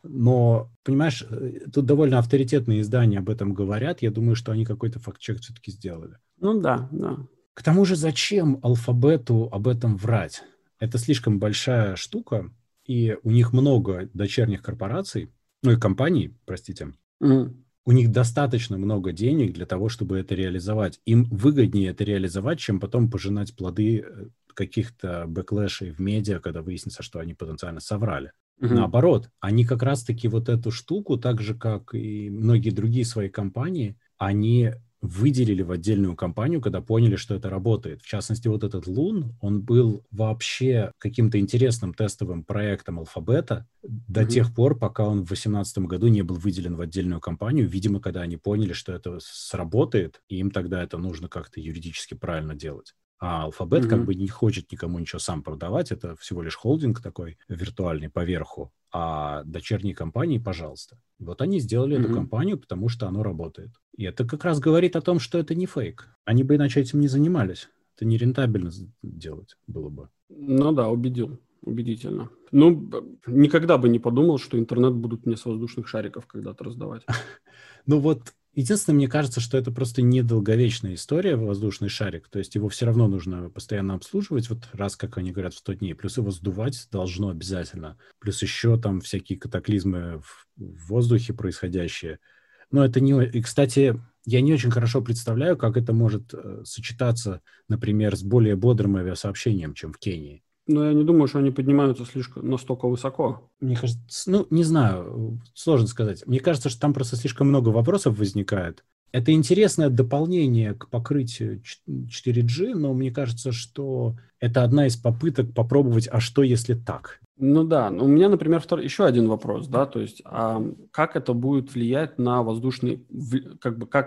Но, понимаешь, э, тут довольно авторитетные издания об этом говорят. Я думаю, что они какой-то факт-чек все-таки сделали. ну да, да. К тому же, зачем алфабету об этом врать? Это слишком большая штука, и у них много дочерних корпораций, ну и компаний, простите. Мгм. У них достаточно много денег для того, чтобы это реализовать. Им выгоднее это реализовать, чем потом пожинать плоды э, каких-то бэклэшей в медиа, когда выяснится, что они потенциально соврали. Мгм. Наоборот, они как раз-таки вот эту штуку, так же, как и многие другие свои компании, они выделили в отдельную компанию, когда поняли, что это работает. В частности, вот этот Лун, он был вообще каким-то интересным тестовым проектом алфабета до Мгм. тех пор, пока он в две тысячи восемнадцатом году не был выделен в отдельную компанию. Видимо, когда они поняли, что это сработает, и им тогда это нужно как-то юридически правильно делать. А алфабет как Мгм. бы не хочет никому ничего сам продавать, это всего лишь холдинг такой виртуальный поверху, а дочерние компании, пожалуйста. Вот они сделали эту Мгм. компанию, потому что оно работает. И это как раз говорит о том, что это не фейк. Они бы иначе этим не занимались. Это не рентабельно делать было бы. Ну да, убедил. Убедительно. Ну, б- никогда бы не подумал, что интернет будут мне с воздушных шариков когда-то раздавать. Ну вот, единственное, мне кажется, что это просто недолговечная история, воздушный шарик. То есть его все равно нужно постоянно обслуживать, вот раз, как они говорят, в сто дней. Плюс его сдувать должно обязательно. Плюс еще там всякие катаклизмы в, в воздухе происходящие. Но это не... И, кстати, я не очень хорошо представляю, как это может э, сочетаться, например, с более бодрым авиасообщением, чем в Кении. Но я не думаю, что они поднимаются слишком настолько высоко. Мне кажется, ну, не знаю, сложно сказать. Мне кажется, что там просто слишком много вопросов возникает. Это интересное дополнение к покрытию четыре джи, но мне кажется, что это одна из попыток попробовать, а что если так? Ну да, но у меня, например, втор... еще один вопрос, да, то есть а как это будет влиять на воздушный, в- как бы как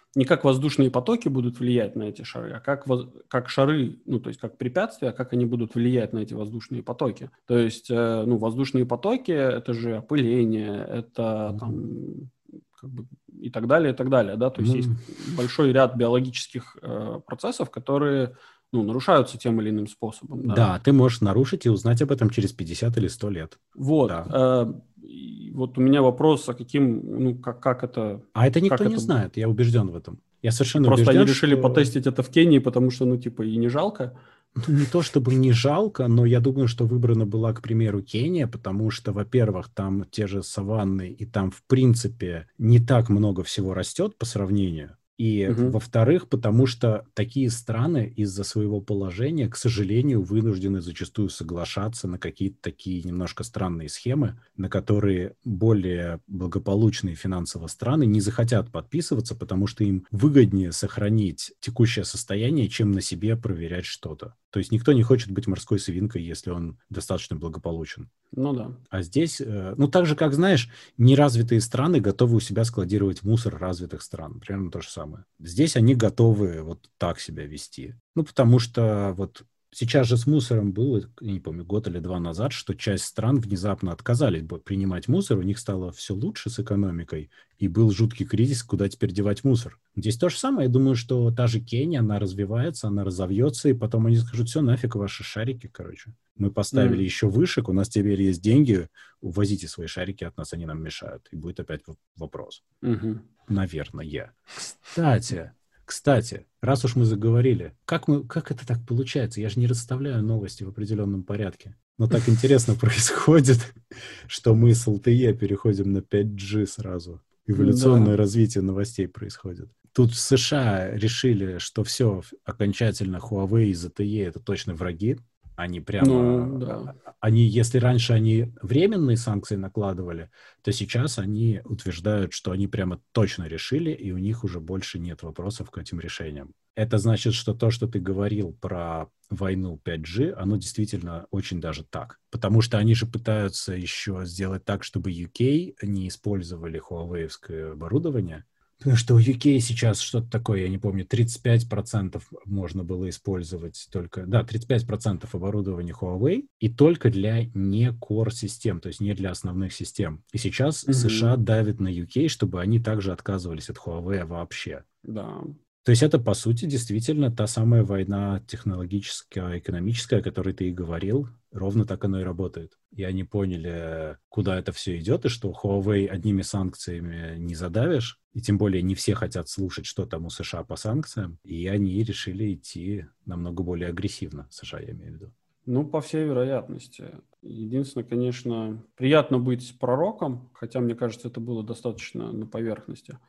не как воздушные потоки будут влиять на эти шары, а как, воз, как шары, ну, то есть как препятствия, как они будут влиять на эти воздушные потоки. То есть, э, ну, воздушные потоки – это же опыление, это там как бы и так далее, и так далее, да, то есть Ну, есть большой ряд биологических э, процессов, которые, ну, нарушаются тем или иным способом, да. да, ты можешь нарушить и узнать об этом через пятьдесят или сто лет. Вот, Да. э, и вот у меня вопрос, а каким, ну, как, как это, А это никто как не это, знает, я убежден в этом. Я и совершенно просто они убежден, решили что потестить это в Кении, потому что, ну, типа, и не жалко. ну, не то чтобы не жалко, но я думаю, что выбрана была, к примеру, Кения, потому что, во-первых, там те же саванны, и там, в принципе, не так много всего растет по сравнению. И, Угу. во-вторых, потому что такие страны из-за своего положения, к сожалению, вынуждены зачастую соглашаться на какие-то такие немножко странные схемы, на которые более благополучные финансово страны не захотят подписываться, потому что им выгоднее сохранить текущее состояние, чем на себе проверять что-то. То есть никто не хочет быть морской свинкой, если он достаточно благополучен. Ну да. А здесь, э, ну так же, как, знаешь, неразвитые страны готовы у себя складировать мусор развитых стран. Примерно то же самое. Здесь они готовы вот так себя вести. Ну, потому что вот сейчас же с мусором было, я не помню, год или два назад, что часть стран внезапно отказались бы принимать мусор, у них стало все лучше с экономикой, и был жуткий кризис, куда теперь девать мусор. Здесь то же самое. Я думаю, что та же Кения, она развивается, она разовьется, и потом они скажут, все, нафиг ваши шарики, короче. Мы поставили Mm. еще вышек, у нас теперь есть деньги, увозите свои шарики от нас, они нам мешают. И будет опять вопрос. Угу. Наверное. Кстати, кстати, раз уж мы заговорили, как, мы, как это так получается? Я же не расставляю новости в определенном порядке. Но так интересно происходит, что мы с эл тэ и переходим на пять джи сразу. Эволюционное Да. развитие новостей происходит. Тут в США решили, что все, окончательно Huawei и зет тэ и это точно враги. Они Ну, прямо, да. они, если раньше они временные санкции накладывали, то сейчас они утверждают, что они прямо точно решили, и у них уже больше нет вопросов к этим решениям. Это значит, что то, что ты говорил про войну пять джи, оно действительно очень даже так. Потому что они же пытаются еще сделать так, чтобы ю кей не использовали хуавеевское оборудование. Потому что у ю кей сейчас что-то такое, я не помню, тридцать пять процентов можно было использовать только, да, тридцать пять процентов оборудования Huawei и только для не core систем, то есть не для основных систем. И сейчас Угу. США давят на ю кей, чтобы они также отказывались от Huawei вообще. Да. То есть это, по сути, действительно та самая война технологическая, экономическая, о которой ты и говорил. Ровно так оно и работает. И они поняли, куда это все идет, и что Huawei одними санкциями не задавишь, и тем более не все хотят слушать, что там у США по санкциям, и они решили идти намного более агрессивно, США, я имею в виду. Ну, по всей вероятности. Единственное, конечно, приятно быть пророком, хотя, мне кажется, это было достаточно на поверхности.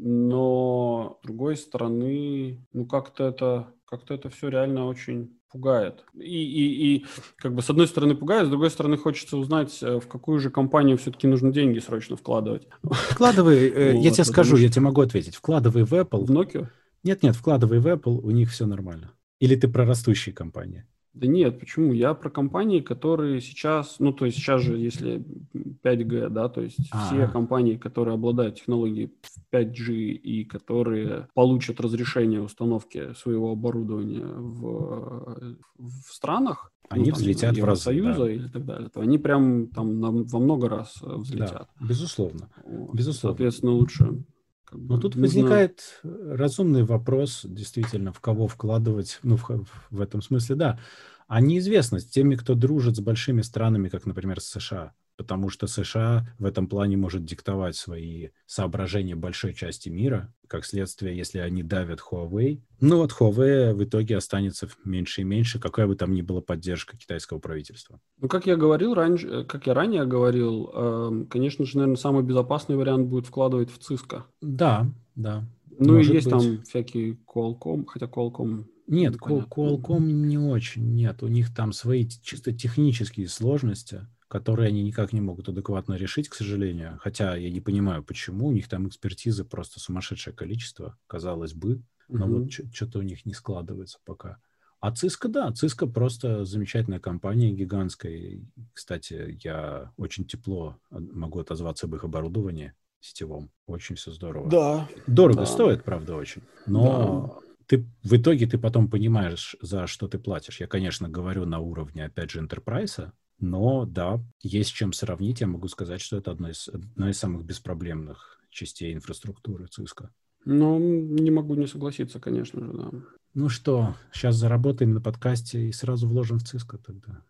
Но, с другой стороны, ну, как-то это, как-то это все реально очень пугает. И, и, и, как бы, с одной стороны пугает, с другой стороны хочется узнать, в какую же компанию все-таки нужно деньги срочно вкладывать. Вкладывай, э, я Вот, тебе скажу, что... я тебе могу ответить. Вкладывай в Apple. В Nokia? Нет-нет, вкладывай в Apple, у них все нормально. Или ты про растущие компании? Да нет, почему? Я про компании, которые сейчас, ну, то есть сейчас же, если пять джи, да, то есть А-а. все компании, которые обладают технологией пять джи и которые получат разрешение установки своего оборудования в, в странах, они ну, там, взлетят знаю, в разы, Евросоюза да. или так далее, то они прям там на, во много раз взлетят. Да, безусловно, Вот. безусловно. Соответственно, лучше как Но бы тут нужно... возникает разумный вопрос, действительно, в кого вкладывать, ну, в, в этом смысле, да. А неизвестно с теми, кто дружит с большими странами, как, например, США, потому что США в этом плане может диктовать свои соображения большой части мира. Как следствие, если они давят Huawei, ну вот Huawei в итоге останется меньше и меньше, какая бы там ни была поддержка китайского правительства. Ну, как я говорил раньше, как я ранее говорил, э, конечно же, наверное, самый безопасный вариант будет вкладывать в Cisco. Да, да. Ну и Может есть быть. Там всякие Qualcomm, хотя Qualcomm Нет, непонятно. Qualcomm не очень, нет. У них там свои чисто технические сложности, которые они никак не могут адекватно решить, к сожалению. Хотя я не понимаю, почему. У них там экспертизы просто сумасшедшее количество, казалось бы. Но Угу. вот что-то у них не складывается пока. А Cisco, да, Cisco просто замечательная компания, гигантская. Кстати, я очень тепло могу отозваться об их оборудовании. сетевом. Очень все здорово. Да. Дорого да. стоит, правда, очень. Но да. ты, в итоге ты потом понимаешь, за что ты платишь. Я, конечно, говорю на уровне, опять же, enterprise, но да, есть с чем сравнить. Я могу сказать, что это одна из, одна из самых беспроблемных частей инфраструктуры Cisco. Ну, не могу не согласиться, конечно же, да. Ну что, сейчас заработаем на подкасте и сразу вложим в Cisco тогда.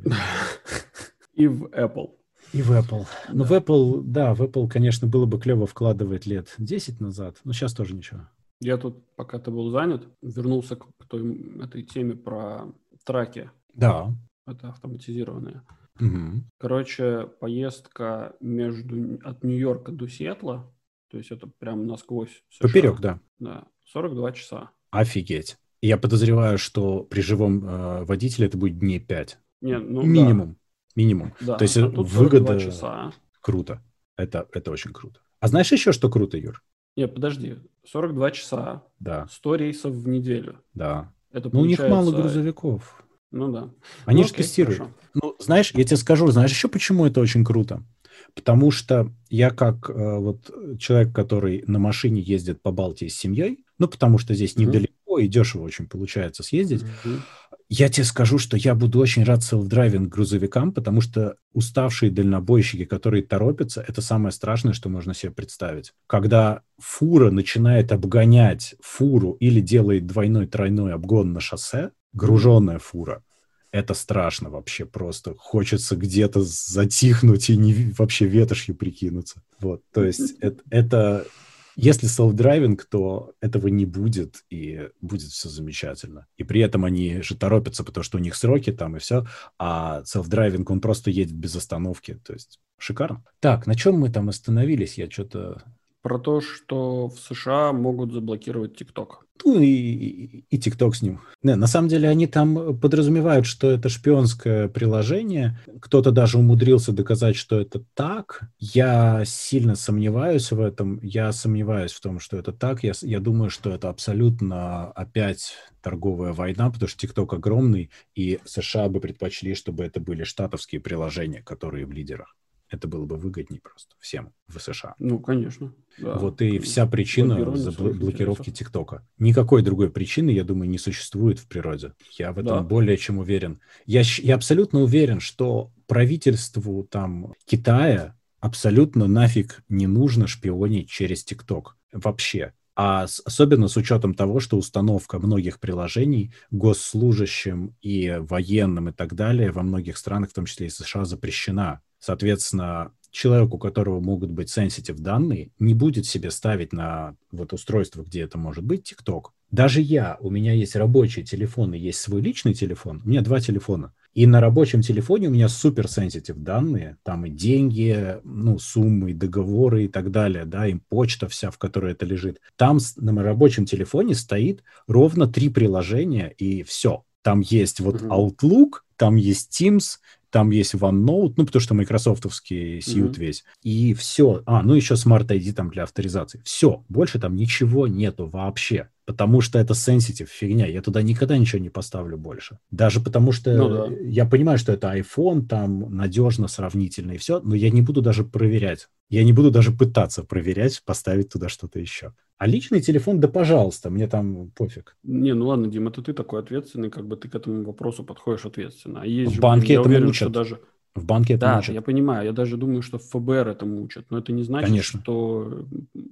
И в Apple. И в Apple. Да. Ну, в Apple, да, в Apple, конечно, было бы клево вкладывать лет десять назад, но сейчас тоже ничего. Я тут, пока ты был занят, вернулся к той, этой теме про траки. Да. Это автоматизированные. Угу. Короче, поездка между, от Нью-Йорка до Сиэтла, то есть это прям насквозь США. Поперек, да. Да, сорок два часа. Офигеть. Я подозреваю, что при живом э, водителе это будет дней пять. Не, ну, Минимум. Да. Минимум. Да, то есть а тут выгода часа. Круто. Это, это очень круто. А знаешь еще, что круто, Юр? Нет, подожди. сорок два часа. Да. сто рейсов в неделю. Да. Это Но получается... у них мало грузовиков. Ну да. Они ну, же окей, тестируют. Хорошо. Ну, знаешь, я тебе скажу, знаешь еще почему это очень круто? Потому что я как э, вот человек, который на машине ездит по Балтии с семьей, ну, потому что здесь mm-hmm. недалеко и дешево очень получается съездить, mm-hmm. я тебе скажу, что я буду очень рад селф-драйвинг грузовикам, потому что уставшие дальнобойщики, которые торопятся, это самое страшное, что можно себе представить. Когда фура начинает обгонять фуру или делает двойной-тройной обгон на шоссе, груженная фура, это страшно вообще просто. Хочется где-то затихнуть и не, вообще ветошью прикинуться. Вот, то есть это, это... Если селф-драйвинг, то этого не будет, и будет все замечательно. И при этом они же торопятся, потому что у них сроки там и все, а селф-драйвинг, он просто едет без остановки. То есть шикарно. Так, на чем мы там остановились? Я что-то... Про то, что в США могут заблокировать TikTok. Ну и, и, и TikTok с ним. Не, на самом деле они там подразумевают, что это шпионское приложение. Кто-то даже умудрился доказать, что это так. Я сильно сомневаюсь в этом. Я сомневаюсь в том, что это так. Я, я думаю, что это абсолютно опять торговая война, потому что TikTok огромный, и США бы предпочли, чтобы это были штатовские приложения, которые в лидерах. Это было бы выгоднее просто всем в США. Ну, конечно. Да. Вот и вся причина за блокировки ТикТока. Никакой другой причины, я думаю, не существует в природе. Я в этом да. более чем уверен. Я, я абсолютно уверен, что правительству там Китая абсолютно нафиг не нужно шпионить через ТикТок. Вообще. А с, особенно с учетом того, что установка многих приложений госслужащим и военным и так далее во многих странах, в том числе и США, запрещена. Соответственно, человек, у которого могут быть sensitive данные, не будет себе ставить на вот устройство, где это может быть, TikTok. Даже я, у меня есть рабочий телефон и есть свой личный телефон, у меня два телефона. И на рабочем телефоне у меня супер sensitive данные, там и деньги, ну, суммы, и договоры и так далее, да, и почта вся, в которой это лежит. Там на рабочем телефоне стоит ровно три приложения, и все. Там есть вот Outlook, там есть Teams, там есть OneNote, ну, потому что майкрософтовский сьют mm-hmm. весь. И все. А, ну, еще Smart ай ди там для авторизации. Все. Больше там ничего нету вообще. Потому что это sensitive фигня. Я туда никогда ничего не поставлю больше. Даже потому что ну, да. я понимаю, что это iPhone, там надежно, сравнительно и все, но я не буду даже проверять. Я не буду даже пытаться проверять, поставить туда что-то еще. А личный телефон, да пожалуйста, мне там пофиг. Не, ну ладно, Дим, это ты такой ответственный, как бы ты к этому вопросу подходишь ответственно. А есть в же, банке я этому уверен, учат. Что даже... В банке этому да, учат. я понимаю, я даже думаю, что в эф бэ эр этому учат, но это не значит, Конечно. что...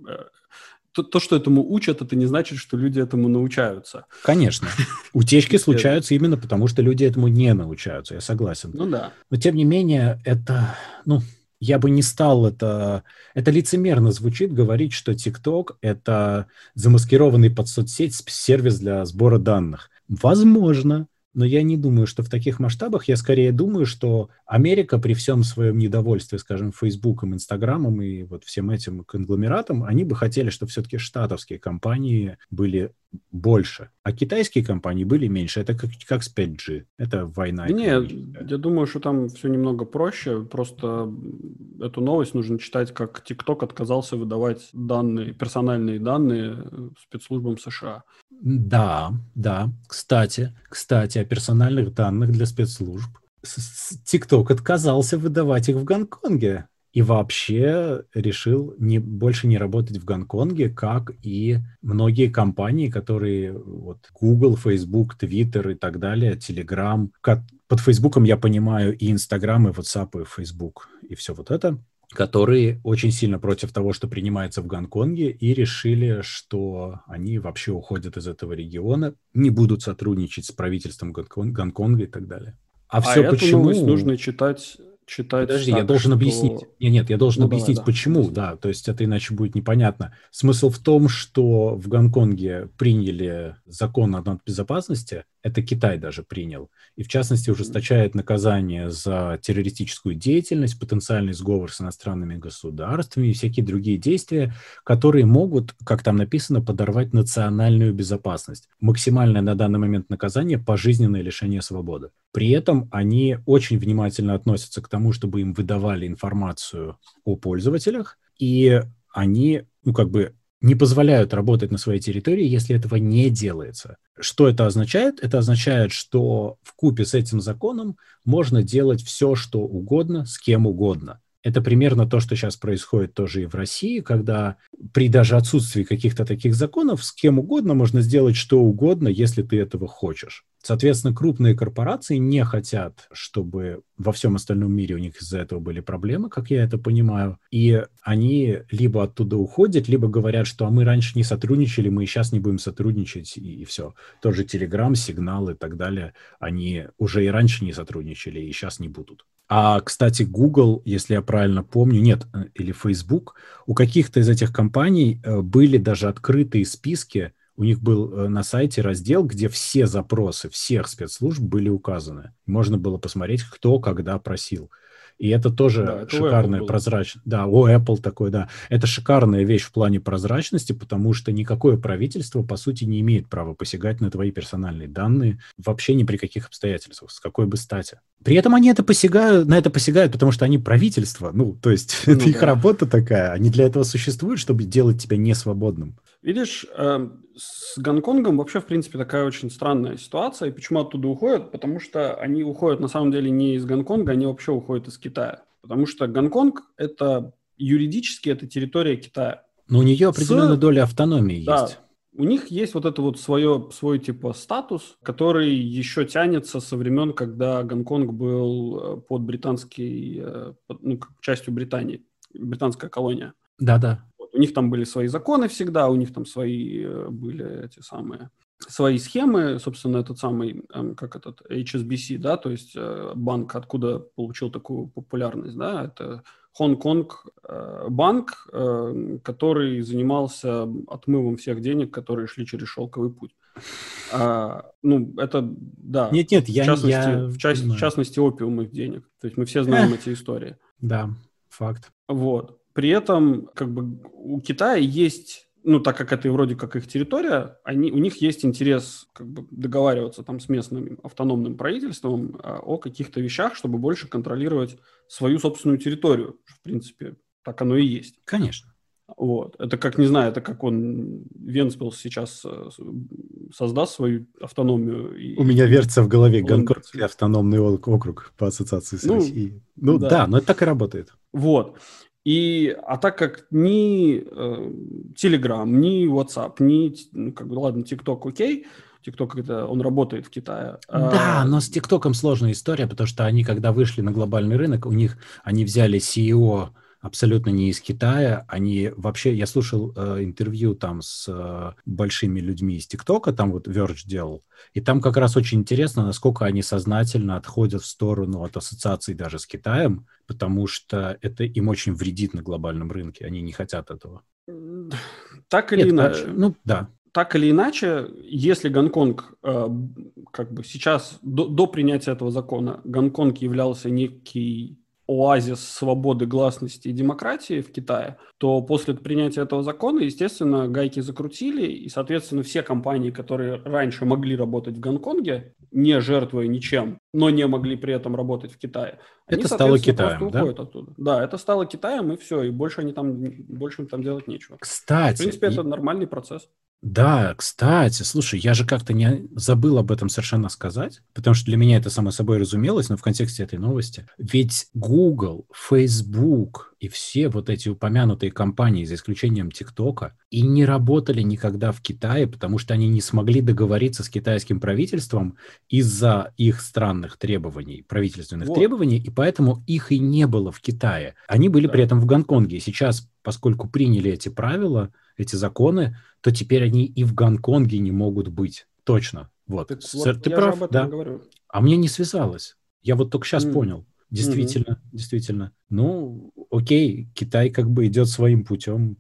То, то, что этому учат, это не значит, что люди этому научаются. Конечно. Утечки случаются именно потому, что люди этому не научаются, я согласен. Ну да. Но тем не менее, это, ну, я бы не стал это... Это лицемерно звучит говорить, что TikTok — это замаскированный под соцсеть сервис для сбора данных. Возможно. Но я не думаю, что в таких масштабах. Я скорее думаю, что Америка при всем своем недовольстве, скажем, Фейсбуком, Инстаграмом и вот всем этим конгломератом, они бы хотели, чтобы все-таки штатовские компании были больше, а китайские компании были меньше. Это как, как с пять джи. Это война. Нет, я думаю, что там все немного проще. Просто эту новость нужно читать, как TikTok отказался выдавать данные, персональные данные спецслужбам США. Да, да. Кстати, кстати, о персональных данных для спецслужб. TikTok отказался выдавать их в Гонконге. и вообще решил не, больше не работать в Гонконге, как и многие компании, которые вот Google, Facebook, Twitter и так далее, Telegram. Как, под Фейсбуком я понимаю и Инстаграм, и WhatsApp, и Facebook, и все вот это, которые очень сильно против того, что принимается в Гонконге, и решили, что они вообще уходят из этого региона, не будут сотрудничать с правительством Гонкон- Гонконга и так далее. А А все эту новость почему? нужно читать, читать Подожди, я так, должен объяснить. что... Нет, нет, я должен Ну, давай, объяснить, да, почему, объясни. да, то есть это иначе будет непонятно. Смысл в том, что в Гонконге приняли закон о безопасности, это Китай даже принял, и в частности ужесточает наказание за террористическую деятельность, потенциальный сговор с иностранными государствами и всякие другие действия, которые могут, как там написано, подорвать национальную безопасность. Максимальное на данный момент наказание – пожизненное лишение свободы. При этом они очень внимательно относятся к тому, чтобы им выдавали информацию о пользователях, и они, ну, как бы не позволяют работать на своей территории, если этого не делается. Что это означает? Это означает, что вкупе с этим законом можно делать все, что угодно, с кем угодно. Это примерно то, что сейчас происходит тоже и в России, когда при даже отсутствии каких-то таких законов с кем угодно можно сделать что угодно, если ты этого хочешь. Соответственно, крупные корпорации не хотят, чтобы во всем остальном мире у них из-за этого были проблемы, как я это понимаю, и они либо оттуда уходят, либо говорят, что а мы раньше не сотрудничали, мы и сейчас не будем сотрудничать, и, и все. Тот же Telegram, Signal и так далее, они уже и раньше не сотрудничали, и сейчас не будут. А, кстати, Google, если я правильно помню, нет, или Facebook, у каких-то из этих компаний э, были даже открытые списки, у них был э, на сайте раздел, где все запросы всех спецслужб были указаны. Можно было посмотреть, кто когда просил. И это Да, тоже это у Apple шикарная было. прозрачность. Да, у Apple такой, да. Это шикарная вещь в плане прозрачности, потому что никакое правительство, по сути, не имеет права посягать на твои персональные данные вообще ни при каких обстоятельствах, с какой бы стати. При этом они это посягают, на это посягают, потому что они правительство. Ну, то есть Ну, это их да. работа такая. Они для этого существуют, чтобы делать тебя несвободным. Видишь, э, с Гонконгом вообще, в принципе, такая очень странная ситуация. И почему оттуда уходят? Потому что они уходят, на самом деле, не из Гонконга, они вообще уходят из Китая. Потому что Гонконг – это юридически это территория Китая. Но у нее определенная С... доля автономии есть. Да, у них есть вот это вот свое, свой типа статус, который еще тянется со времен, когда Гонконг был под британский, под, ну, частью Британии, британская колония. Да-да. У них там были свои законы всегда, у них там свои были эти самые, свои схемы, собственно, этот самый, как этот, эйч эс би си, да, то есть банк, откуда получил такую популярность, да, это Хонконг банк, который занимался отмывом всех денег, которые шли через шелковый путь. А, ну, это, да, Нет-нет, в я, частности, я в, част, в понимаю. частности, опиумных денег. То есть мы все знаем Эх, эти истории. да, факт. Вот. При этом, как бы, у Китая есть, ну, так как это вроде как их территория, они, у них есть интерес, как бы, договариваться там с местным автономным правительством а, о каких-то вещах, чтобы больше контролировать свою собственную территорию. В принципе, так оно и есть. Конечно. Вот. Это как, не знаю, это как он, Венспилс сейчас создаст свою автономию. И, У меня и вертится в голове он... Гонконгский автономный округ по ассоциации с Ну, Россией. Ну да. да, но это так и работает. Вот. И, а так как ни э, Telegram, ни WhatsApp, ни, ну, как бы, ладно, TikTok окей, TikTok это, он работает в Китае. Да, А, но с ТикТоком сложная история, потому что они, когда вышли на глобальный рынок, у них, они взяли си и о абсолютно не из Китая, они вообще, я слушал э, интервью там с э, большими людьми из ТикТока, там вот Verge делал, и там как раз очень интересно, насколько они сознательно отходят в сторону от ассоциаций даже с Китаем, потому что это им очень вредит на глобальном рынке, они не хотят этого. Так или Нет, иначе. А, ну, да. Так или иначе, если Гонконг, э, как бы сейчас, до, до принятия этого закона, Гонконг являлся некий оазис свободы, гласности и демократии в Китае, то после принятия этого закона, естественно, гайки закрутили, и, соответственно, все компании, которые раньше могли работать в Гонконге, не жертвуя ничем, но не могли при этом работать в Китае, они, это стало Китаем, просто да? уходят оттуда. Да, это стало Китаем, и все, и больше они там, больше им там делать нечего. Кстати, В принципе, это и... нормальный процесс. Да, кстати, слушай, я же как-то не забыл об этом совершенно сказать, потому что для меня это само собой разумелось, но в контексте этой новости. Ведь Google, Facebook и все вот эти упомянутые компании, за исключением ТикТока, и не работали никогда в Китае, потому что они не смогли договориться с китайским правительством из-за их странных требований, правительственных Вот, требований, и поэтому их и не было в Китае. Они были при да. этом в Гонконге. И сейчас, поскольку приняли эти правила, эти законы, то теперь они и в Гонконге не могут быть. Точно. Вот. Так С- вот, Ты я же прав, об этом и да. говорю. А мне не связалось. Я вот только сейчас М, понял. мгм. Действительно, действительно. Ну, окей, Китай как бы идет своим путем,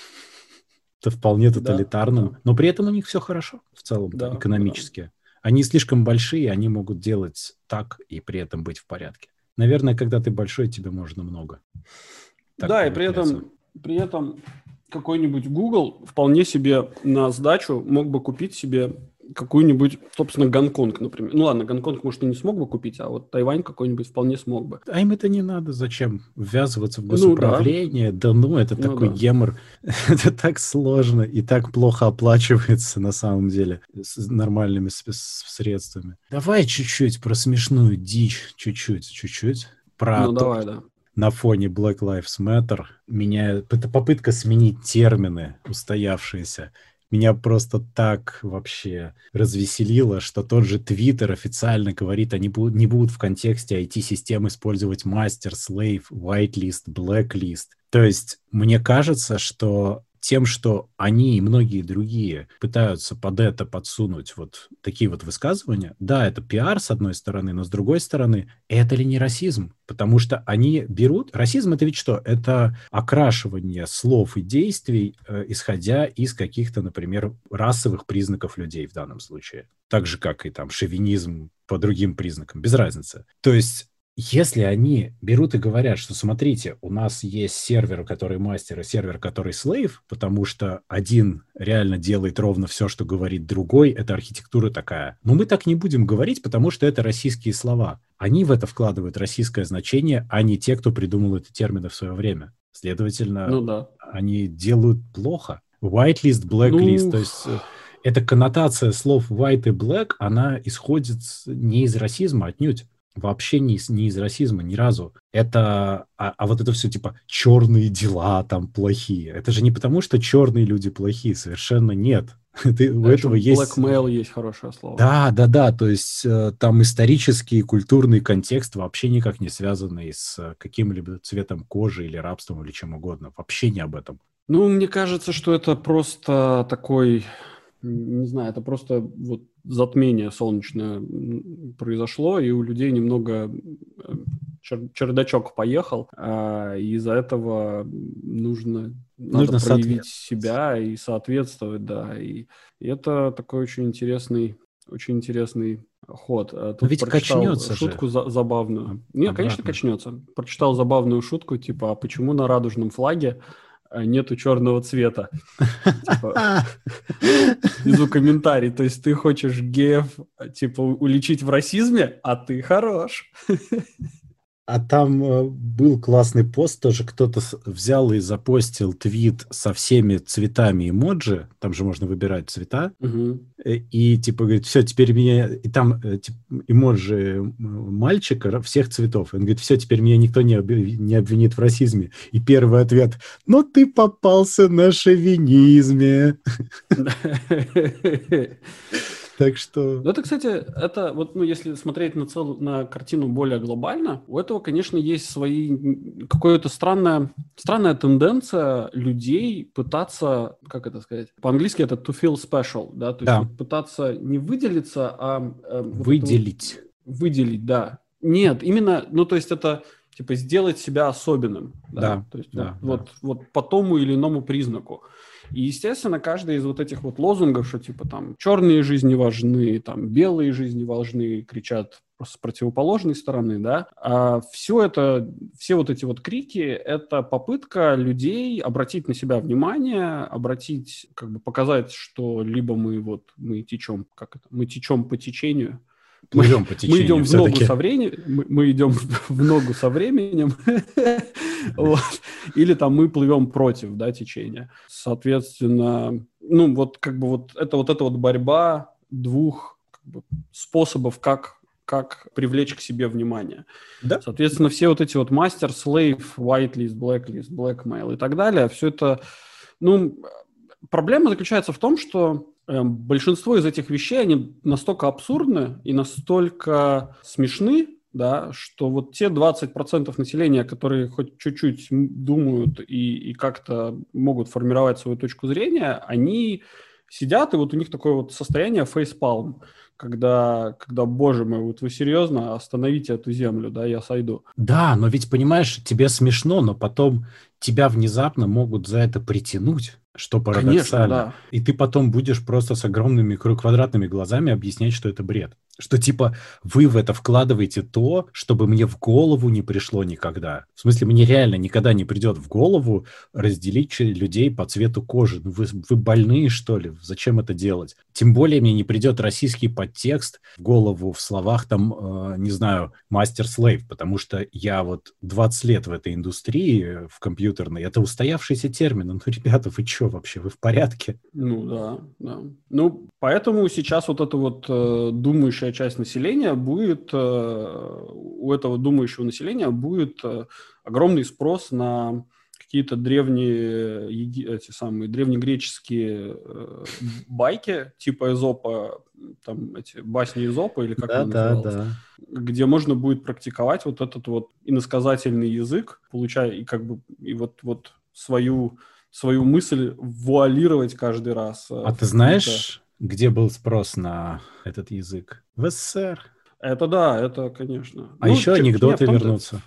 это вполне Да, да, тоталитарным, но при этом у них все хорошо в целом-то, да, да. экономически. Они слишком большие, они могут делать так и при этом быть в порядке. Наверное, когда ты большой, тебе можно много. Так Да, и при получается. этом, при этом какой-нибудь Google вполне себе на сдачу мог бы купить себе какую-нибудь, собственно, Гонконг, например. Ну ладно, Гонконг, может, и не смог бы купить, а вот Тайвань какой-нибудь вполне смог бы. А им это не надо, зачем ввязываться в Ну да, госуправление? Да ну, это ну такой да. гемор, это так сложно и так плохо оплачивается на самом деле с нормальными с- с- средствами. Давай чуть-чуть про смешную дичь, чуть-чуть, чуть-чуть. Про Ну то, давай, да. на фоне Black Lives Matter меня это попытка сменить термины устоявшиеся. Меня просто так вообще развеселило, что тот же Twitter официально говорит, они будут, не будут в контексте ай ти-систем использовать master, slave, whitelist, blacklist. То есть мне кажется, что тем, что они и многие другие пытаются под это подсунуть вот такие вот высказывания, да, это пиар с одной стороны, но с другой стороны, это ли не расизм? Потому что они берут... Расизм — это ведь что? Это окрашивание слов и действий, э, исходя из каких-то, например, расовых признаков людей в данном случае. Так же, как и там шовинизм по другим признакам, без разницы. То есть если они берут и говорят, что смотрите, у нас есть сервер, который мастер, и сервер, который слейв, потому что один реально делает ровно все, что говорит другой, это архитектура такая. Но мы так не будем говорить, потому что это российские слова. Они в это вкладывают российское значение, а не те, кто придумал эти термины в свое время. Следовательно, Ну да. они делают плохо. Whitelist, blacklist, Ну, то есть э, эта коннотация слов white и black, она исходит не из расизма отнюдь. Вообще не из, не из расизма ни разу. Это, а, а вот это все типа черные дела там плохие. Это же не потому, что черные люди плохие, совершенно нет. Это, у а еще этого есть... blackmail есть хорошее слово. Да, да, да, то есть э, там исторический и культурный контекст вообще никак не связанный с э, каким-либо цветом кожи или рабством или чем угодно. Вообще не об этом. Ну, мне кажется, что это просто такой, м, не знаю, это просто вот затмение солнечное м, произошло, и у людей немного э, чер- чердачок поехал, а, и из-за этого нужно, надо Нужно проявить соответствовать. себя и соответствовать, да, и, и это такой очень интересный, очень интересный ход. А Но Тут ведь прочитал качнется же шутку за- забавную. об- Не, конечно, обратно. качнется. Прочитал забавную шутку, типа, а почему на радужном флаге а, нету черного цвета? Типа, внизу комментарий. То есть ты хочешь геев, типа, уличить в расизме, а ты хорош. А там э, был классный пост, тоже кто-то с- взял и запостил твит со всеми цветами эмоджи, там же можно выбирать цвета, Мгм. э, и типа говорит, все, теперь меня, и там э, тип- эмоджи м, мальчика ра- всех цветов, и он говорит, все, теперь меня никто не, обви- не обвинит в расизме. И первый ответ, ну ты попался на шовинизме. Так что, Ну, это, кстати, это вот, ну, если смотреть на целую, на картину более глобально, у этого, конечно, есть свои м, какая-то странная, странная тенденция людей пытаться, как это сказать, по-английски это to feel special, да, то есть да, вот пытаться не выделиться, а э, вот это вот выделить. выделить, да. Нет, именно, ну, то есть это типа сделать себя особенным, да, Да, то есть вот, да, да. вот, вот по тому или иному признаку. И, естественно, каждый из вот этих вот лозунгов, что типа там черные жизни важны, там белые жизни важны, кричат с противоположной стороны, да, а все это, все вот эти вот крики, это попытка людей обратить на себя внимание, обратить, как бы показать, что либо мы вот, мы течем, как это, мы течем по течению, мы, Плывем по мы идем течению в ногу все-таки. со временем, мы, мы идем в ногу со временем, вот. Или там мы плывем против, да, течения. Соответственно, ну, вот как бы вот это вот, эта вот борьба двух как бы, способов, как, как привлечь к себе внимание. Да. Соответственно, все вот эти вот мастер, слейв, whitelist, blacklist, blackmail и так далее, все это, ну, проблема заключается в том, что э, большинство из этих вещей, они настолько абсурдны и настолько смешны, да, что вот те двадцать процентов населения, которые хоть чуть-чуть думают и, и как-то могут формировать свою точку зрения, они сидят, и вот у них такое вот состояние фейспалм, когда, когда, боже мой, вот вы серьезно, остановите эту землю, да, я сойду. Да, но ведь, понимаешь, тебе смешно, но потом тебя внезапно могут за это притянуть, что парадоксально. Конечно, да. И ты потом будешь просто с огромными квадратными глазами объяснять, что это бред. Что типа вы в это вкладываете то, чтобы мне в голову не пришло никогда. В смысле, мне реально никогда не придет в голову разделить людей по цвету кожи. Ну вы, вы больные, что ли? Зачем это делать? Тем более мне не придет российский подтекст в голову в словах там, э, не знаю, мастер-слейв, потому что я вот двадцать лет в этой индустрии, в компьютерной. Это устоявшиеся термины. Ну, ребята, вы что вообще? Вы в порядке? Ну да, да. Ну, поэтому сейчас вот эта вот э, думающая часть населения будет, э, у этого думающего населения будет э, огромный спрос на какие-то древние, эти самые древнегреческие э, байки, типа Эзопа, там эти басни Эзопа, или как Да, она да, называлась, да. где можно будет практиковать вот этот вот иносказательный язык, получая и как бы и вот, вот свою... свою мысль вуалировать каждый раз. А ты знаешь, где был спрос на этот язык? В СССР. Это да, это, конечно. А ну, еще че, анекдоты не, вернутся.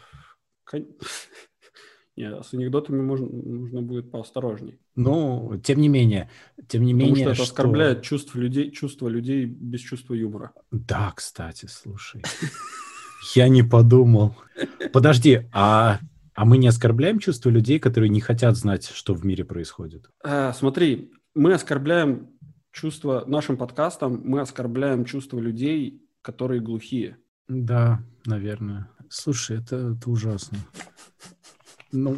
Нет, с анекдотами можно, нужно будет поосторожней. Ну, тем не менее, тем не Потому менее, что это что... оскорбляет чувства людей, чувства людей без чувства юмора. Да, кстати, слушай. Я не подумал. Подожди, а, а мы не оскорбляем чувства людей, которые не хотят знать, что в мире происходит? А, смотри, мы оскорбляем чувства нашим подкастом, мы оскорбляем чувства людей, которые глухие. Да, наверное. Слушай, это, это ужасно. Ну,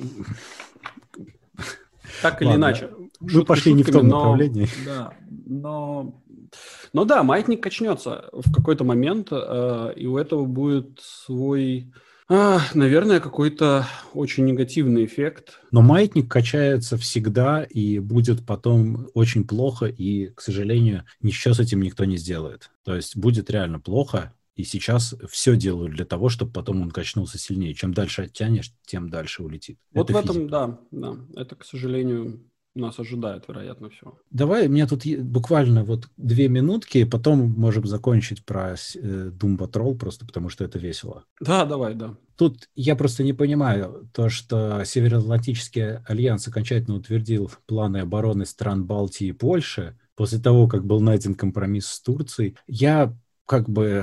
так или ладно. иначе. Мы Шутки пошли не в шутками, том но, направлении. Да, но... Но да, маятник качнется в какой-то момент, э, и у этого будет свой, э, наверное, какой-то очень негативный эффект. Но маятник качается всегда и будет потом очень плохо, и, к сожалению, ничего с этим никто не сделает. То есть будет реально плохо, и сейчас все делают для того, чтобы потом он качнулся сильнее. Чем дальше оттянешь, тем дальше улетит. Вот Это в этом, физика. да, да, это, к сожалению, нас ожидает, вероятно, все. Давай, у меня тут буквально вот две минутки, и потом можем закончить про э, Doom Patrol, просто потому что это весело. Да, давай, да. Тут я просто не понимаю то, что Североатлантический альянс окончательно утвердил планы обороны стран Балтии и Польши после того, как был найден компромисс с Турцией. Я как бы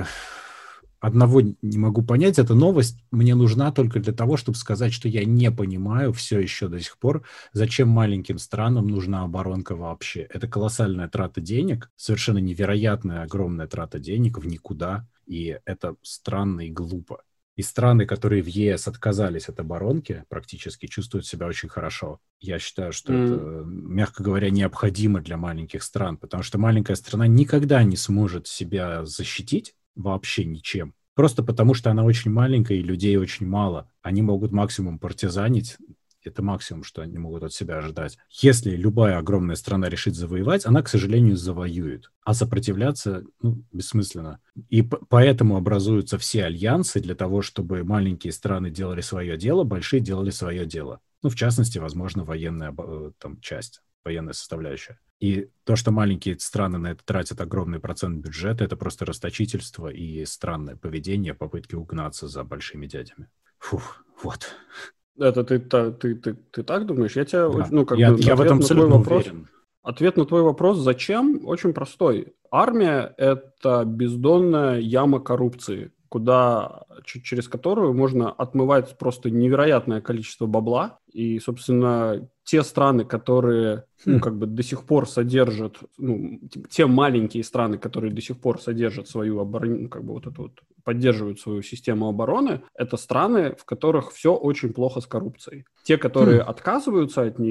одного не могу понять. Эта новость мне нужна только для того, чтобы сказать, что я не понимаю все еще до сих пор, зачем маленьким странам нужна оборонка вообще. Это колоссальная трата денег, совершенно невероятная огромная трата денег в никуда, и это странно и глупо. И страны, которые в ЕС отказались от оборонки, практически чувствуют себя очень хорошо. Я считаю, что mm. это, мягко говоря, необходимо для маленьких стран, потому что маленькая страна никогда не сможет себя защитить вообще ничем. Просто потому, что она очень маленькая и людей очень мало. Они могут максимум партизанить. Это максимум, что они могут от себя ожидать. Если любая огромная страна решит завоевать, она, к сожалению, завоюет. А сопротивляться, ну, бессмысленно. И п- поэтому образуются все альянсы для того, чтобы маленькие страны делали свое дело, большие делали свое дело. Ну, в частности, возможно, военная там, часть, военная составляющая. И то, что маленькие страны на это тратят огромный процент бюджета, это просто расточительство и странное поведение, попытки угнаться за большими дядями. Фух, вот. Это ты, ты, ты, ты, ты так думаешь? Я тебя, Да. ну, как я, бы, я в этом на абсолютно твой вопрос, уверен. Ответ на твой вопрос, зачем, очень простой. Армия – это бездонная яма коррупции, куда, через которую можно отмывать просто невероятное количество бабла. И, собственно, те страны, которые, хм. ну, как бы до сих пор содержат, ну, те маленькие страны, которые до сих пор содержат свою оборону, ну, как бы вот эту вот, поддерживают свою систему обороны, это страны, в которых все очень плохо с коррупцией. Те, которые хм. отказываются от нее,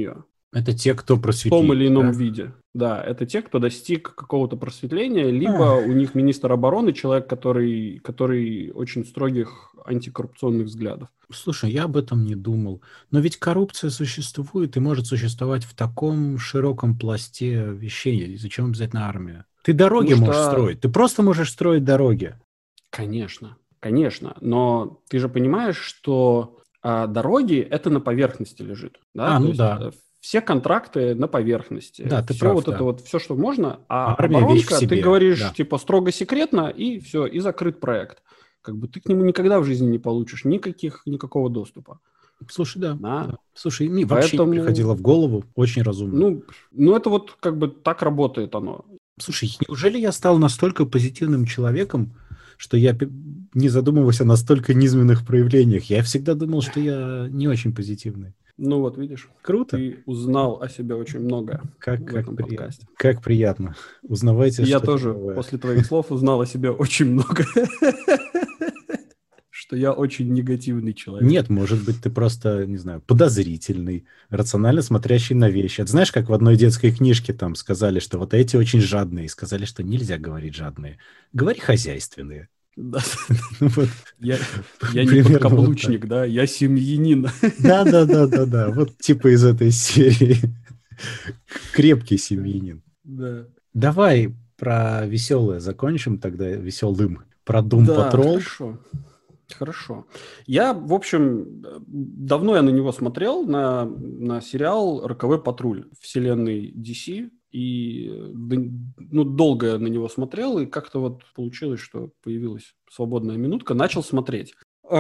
Это те, кто в том просветление, или ином да? виде. Да, это те, кто достиг какого-то просветления, либо Ах. у них министр обороны, человек, который, который очень строгих антикоррупционных взглядов. Слушай, я об этом не думал. Но ведь коррупция существует и может существовать в таком широком пласте вещей. И зачем обязательно армия? Ты дороги Потому можешь что, строить. Ты просто можешь строить дороги. конечно, конечно, но ты же понимаешь, что а, дороги это на поверхности лежит, да, А, то ну есть да. э, все контракты на поверхности, Да, ты все прав, вот это да. вот, все, что можно, а А армия вещь в оборонка, ты себе, говоришь, да. типа, строго секретно, и все, и закрыт проект. Как бы ты к нему никогда в жизни не получишь никаких, никакого доступа. Слушай, да, Да? да. Слушай, мне вообще не Поэтому, приходило в голову. Очень разумно. ну, ну, это вот как бы так работает оно. Слушай, неужели я стал настолько позитивным человеком, что я пе- не задумываюсь о настолько низменных проявлениях? Я всегда думал, что я не очень позитивный. Ну вот, видишь, Круто. ты узнал о себе очень многое Как, в как этом приятно. подкасте. Как приятно. Узнавайте И я что-то тоже новое. после твоих слов узнал о себе очень много. Что я очень негативный человек. Нет, может быть, ты просто, не знаю, подозрительный, рационально смотрящий на вещи. Это знаешь, как в одной детской книжке там сказали, что вот эти очень жадные, и сказали, что нельзя говорить жадные. Говори хозяйственные. Да. Ну вот, Я, я не примерно вот так. подкаблучник, да, я семьянин. Да, да, да, да, да. Вот типа из этой серии. Крепкий семьянин. Да. Давай про веселое закончим тогда, веселым. Про Doom Да, Patrol. хорошо. Хорошо. Я, в общем, давно я на него смотрел, на, на сериал «Роковой патруль» вселенной ди си, и ну, долго я на него смотрел, и как-то вот получилось, что появилась свободная минутка, начал смотреть.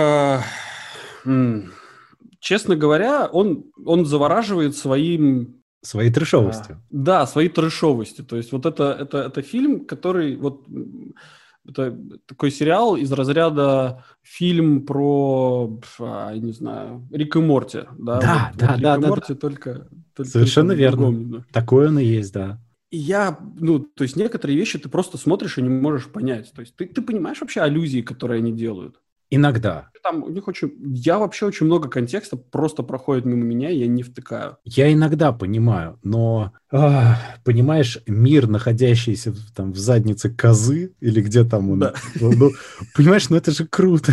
Честно говоря, он, он завораживает своим... Своей трэшовостью. А, да, своей трэшовостью. То есть вот это, это, это фильм, который... вот это такой сериал из разряда фильм про, я не знаю, Рик и Морти. Да, Да, вот, да, вот да, Рик да, и Морти да. только, только... Совершенно только в верно. другом. Такое оно и есть, да. И я, ну, то есть некоторые вещи ты просто смотришь и не можешь понять. То есть ты, ты понимаешь вообще аллюзии, которые они делают? Иногда. Там у них очень... Я вообще очень много контекста просто проходит мимо меня, и я не втыкаю. Я иногда понимаю, но, а, понимаешь, мир, находящийся в, там, в заднице козы, или где там он... Да. Ну, понимаешь, ну это же круто.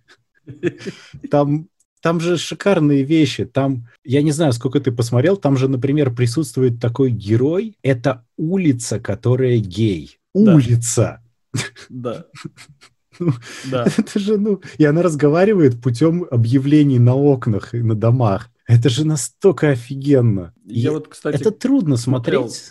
Там, там же шикарные вещи. Там, я не знаю, сколько ты посмотрел, там же, например, присутствует такой герой. Это улица, которая гей. Улица. Да. Ну, да. Это же, ну... И она разговаривает путем объявлений на окнах и на домах. Это же настолько офигенно. Я И вот, кстати, это трудно смотрел... смотреть.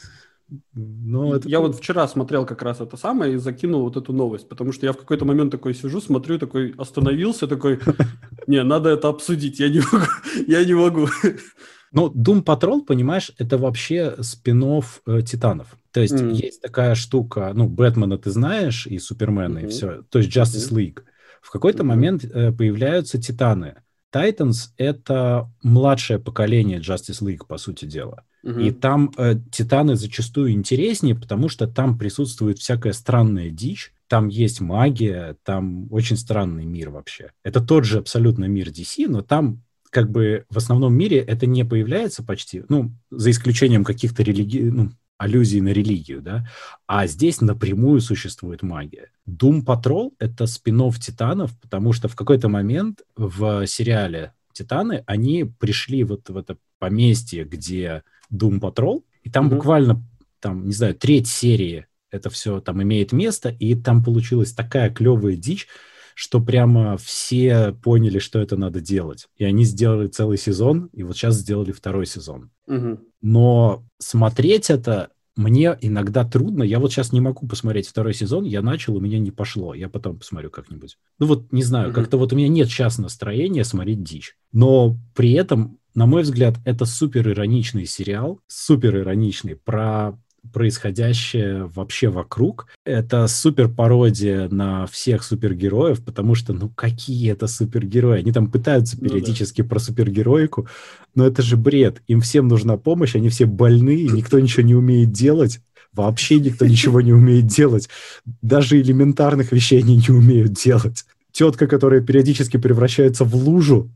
Но это я круто. вот вчера смотрел как раз это самое и закинул вот эту новость, потому что я в какой-то момент такой сижу, смотрю, такой остановился, такой, не, надо это обсудить, я не могу, я не могу. Ну, Doom Patrol, понимаешь, это вообще спин-офф э, Титанов. То есть mm. есть такая штука, ну, Бэтмена ты знаешь, и Супермена, mm-hmm. и все. То есть Justice mm-hmm. League. В какой-то mm-hmm. момент э, появляются Титаны. Titans — это младшее поколение Justice League, по сути дела. Mm-hmm. И там э, Титаны зачастую интереснее, потому что там присутствует всякая странная дичь. Там есть магия, там очень странный мир вообще. Это тот же абсолютно мир ди си, но там как бы в основном мире это не появляется почти, ну, за исключением каких-то религи... ну, аллюзий на религию, да, а здесь напрямую существует магия. Doom Patrol — это спин-офф Титанов, потому что в какой-то момент в сериале Титаны они пришли вот в это поместье, где Doom Patrol, и там mm-hmm. буквально, там, не знаю, треть серии это все там имеет место, и там получилась такая клевая дичь, что прямо все поняли, что это надо делать. И они сделали целый сезон, и вот сейчас сделали второй сезон. Угу. Но смотреть это мне иногда трудно. Я вот сейчас не могу посмотреть второй сезон. Я начал, у меня не пошло. Я потом посмотрю как-нибудь. Ну вот, не знаю, угу. как-то вот у меня нет сейчас настроения смотреть дичь. Но при этом, на мой взгляд, это супер ироничный сериал. Супер ироничный про... происходящее вообще вокруг. Это супер пародия на всех супергероев, потому что, ну, какие это супергерои? Они там пытаются периодически ну, да. про супергероику, но это же бред. Им всем нужна помощь, они все больные, никто ничего не умеет делать. Вообще никто ничего не умеет делать. Даже элементарных вещей они не умеют делать. тетка, которая периодически превращается в лужу.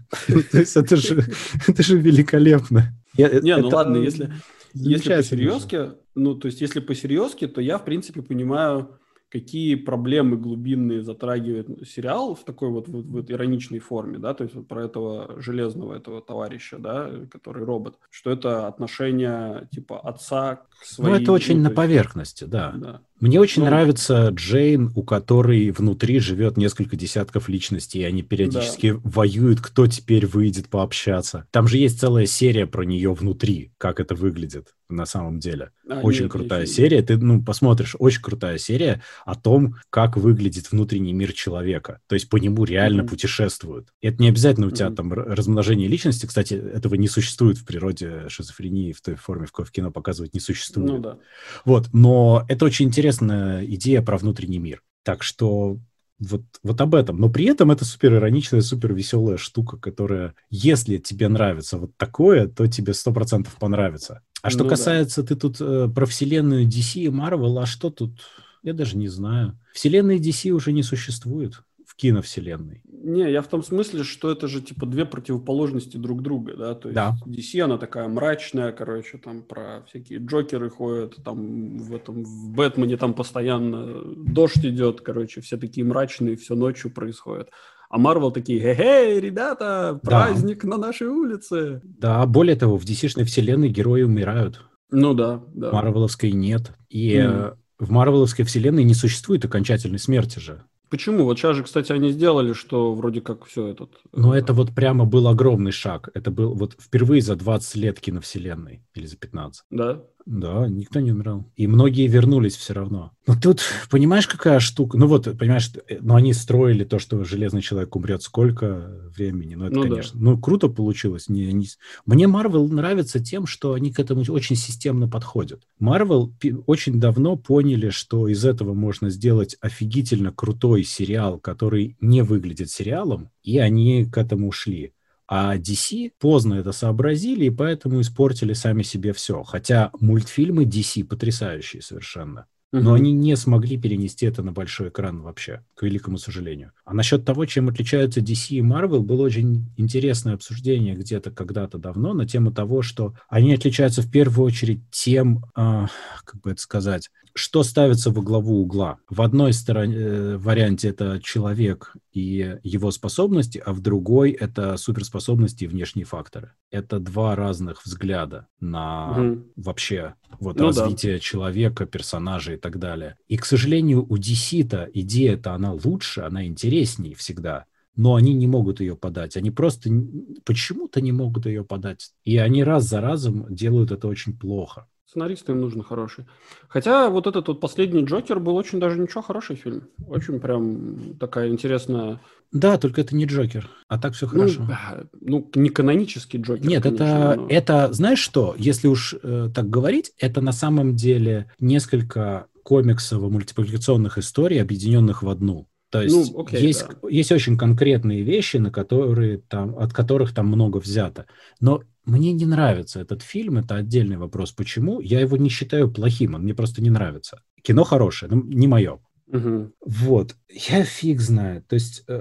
То есть это же это же великолепно. Не, ну ладно, если если по-серьезки, ну, то есть если по-серьезки, то я, в принципе, понимаю, какие проблемы глубинные затрагивает сериал в такой вот, вот, вот ироничной форме, да, то есть вот про этого железного этого товарища, да, который робот, что это отношение типа отца к своей... Ну, это очень ну, на есть, поверхности, да. да. Мне очень ну, нравится Джейн, у которой внутри живет несколько десятков личностей, и они периодически да. воюют, кто теперь выйдет пообщаться. Там же есть целая серия про нее внутри, как это выглядит на самом деле. А, очень нет, крутая серия. Ты, ну, посмотришь, очень крутая серия о том, как выглядит внутренний мир человека. То есть по нему реально mm-hmm. путешествуют. И это не обязательно у тебя mm-hmm. там размножение личности. Кстати, этого не существует в природе, шизофрении в той форме, в какой в кино показывать, не существует. Ну да. Вот, но это очень интересная идея про внутренний мир. Так что вот, вот об этом. Но при этом это супер ироничная, супер веселая штука, которая, если тебе нравится вот такое, то тебе сто процентов понравится. А что ну, касается, да. ты тут э, про вселенную ди си и Marvel, а что тут? Я даже не знаю. Вселенной ди си уже не существует в киновселенной. Не, я в том смысле, что это же типа две противоположности друг друга, да, то есть да. ди си, она такая мрачная, короче, там про всякие Джокеры ходят, там в этом, в Бэтмене там постоянно дождь идет, короче, все такие мрачные, все ночью происходит. А Марвел такие, хе-хей, ребята, праздник да. на нашей улице. Да, более того, в ди си-шной вселенной герои умирают. Ну да, да. В Марвеловской нет. И mm. в Марвеловской вселенной не существует окончательной смерти же. Почему? Вот сейчас же, кстати, они сделали, что вроде как все этот... Но это вот прямо был огромный шаг. Это был вот впервые за двадцать лет киновселенной. Или за пятнадцать. Да? Да, никто не умирал. И многие вернулись все равно. Но тут, понимаешь, какая штука? Ну вот, понимаешь, ну они строили то, что Железный человек умрет сколько времени. Ну это, ну, конечно, да. ну круто получилось. Не, не... Мне Марвел нравится тем, что они к этому очень системно подходят. Марвел очень давно поняли, что из этого можно сделать офигительно крутой сериал, который не выглядит сериалом, и они к этому шли. А ди си поздно это сообразили, и поэтому испортили сами себе все. Хотя мультфильмы ди си потрясающие совершенно. Но угу. они не смогли перенести это на большой экран вообще, к великому сожалению. А насчет того, чем отличаются ди си и Marvel, было очень интересное обсуждение где-то когда-то давно на тему того, что они отличаются в первую очередь тем, э, как бы это сказать, что ставится во главу угла. В одной стороне, э, варианте это человек и его способности, а в другой это суперспособности и внешние факторы. Это два разных взгляда на угу. вообще вот, ну, развитие да. человека, персонажа и так далее. И, к сожалению, у ди си-то идея-то она лучше, она интереснее всегда. Но они не могут ее подать. Они просто почему-то не могут ее подать. И они раз за разом делают это очень плохо. Сценаристы им нужны хорошие. Хотя вот этот вот последний Джокер был очень даже ничего, хороший фильм. Очень прям такая интересная... Да, только это не Джокер, а так все хорошо. Ну, ну не канонический Джокер. Нет, конечно, это, но... это, знаешь что, если уж э, так говорить, это на самом деле несколько комиксово-мультипликационных историй, объединенных в одну. То есть ну, окей, есть, да. есть очень конкретные вещи, на которые там, от которых там много взято. Но мне не нравится этот фильм, это отдельный вопрос. Почему? Я его не считаю плохим, он мне просто не нравится. Кино хорошее, но не мое. Угу. Вот. Я фиг знаю. То есть э,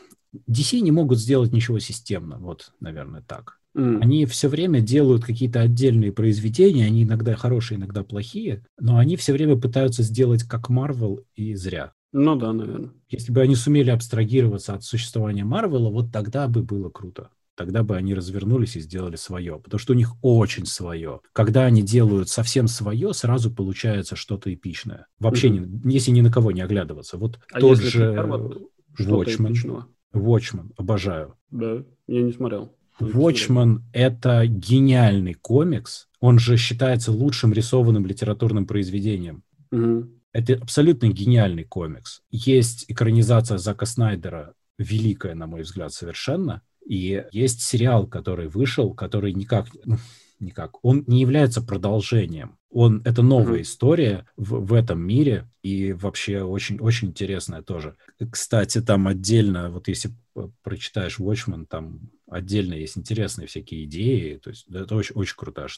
ди си не могут сделать ничего системно. Вот, наверное, так. Mm. Они все время делают какие-то отдельные произведения, они иногда хорошие, иногда плохие, но они все время пытаются сделать как Marvel, и зря. Ну да, наверное. Если бы они сумели абстрагироваться от существования Марвела, вот тогда бы было круто. Тогда бы они развернулись и сделали свое. Потому что у них очень свое. Когда они делают совсем свое, сразу получается что-то эпичное. Вообще, mm-hmm. не, если ни на кого не оглядываться. Вот а тот если же Watchmen. Watchmen, обожаю. Да, я не смотрел. Watchmen — это гениальный комикс. Он же считается лучшим рисованным литературным произведением. Mm-hmm. Это абсолютно гениальный комикс. Есть экранизация Зака Снайдера, великая, на мой взгляд, совершенно. И есть сериал, который вышел, который никак, никак, он не является продолжением. Он, это новая mm-hmm. история в, в этом мире и вообще очень-очень интересная тоже. Кстати, там отдельно, вот если прочитаешь Watchmen, там отдельно есть интересные всякие идеи. То есть это очень, очень крутая штука.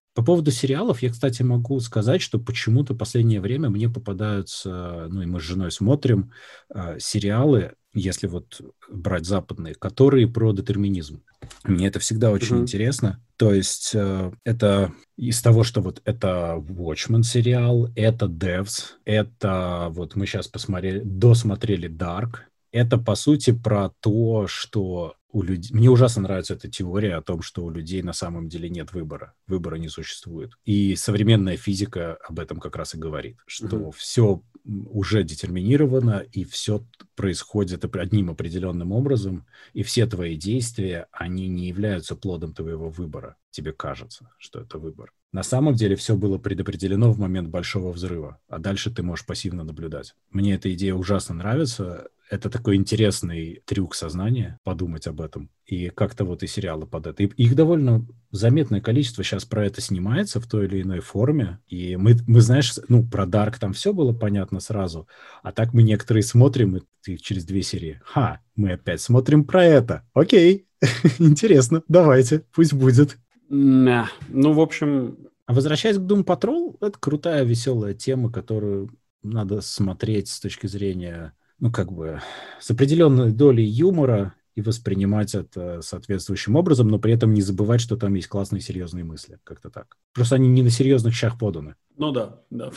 По поводу сериалов, я, кстати, могу сказать, что почему-то в последнее время мне попадаются, ну и мы с женой смотрим э, сериалы, если вот брать западные, которые про детерминизм. Мне это всегда очень Мгм. интересно. То есть э, это из того, что вот это Watchmen сериал, это Devs, это вот мы сейчас посмотрели, досмотрели Dark. Это, по сути, про то, что у людей... Мне ужасно нравится эта теория о том, что у людей на самом деле нет выбора. Выбора не существует. И современная физика об этом как раз и говорит, что Мгм. все уже детерминировано, и все происходит одним определенным образом, и все твои действия, они не являются плодом твоего выбора. Тебе кажется, что это выбор. На самом деле все было предопределено в момент большого взрыва, а дальше ты можешь пассивно наблюдать. Мне эта идея ужасно нравится. Это такой интересный трюк сознания, подумать об этом. И как-то вот и сериалы под это. И их довольно заметное количество сейчас про это снимается в той или иной форме. И мы, мы знаешь, ну, про Dark там все было понятно сразу. А так мы некоторые смотрим, и ты через две серии. Ха, мы опять смотрим про это. Окей, интересно, давайте, пусть будет. Мя. Ну, в общем, А возвращаясь к Doom Patrol, это крутая, веселая тема, которую надо смотреть с точки зрения, ну, как бы, с определенной долей юмора и воспринимать это соответствующим образом, но при этом не забывать, что там есть классные серьезные мысли. Как-то так. Просто они не на серьезных щах поданы. ну да, да.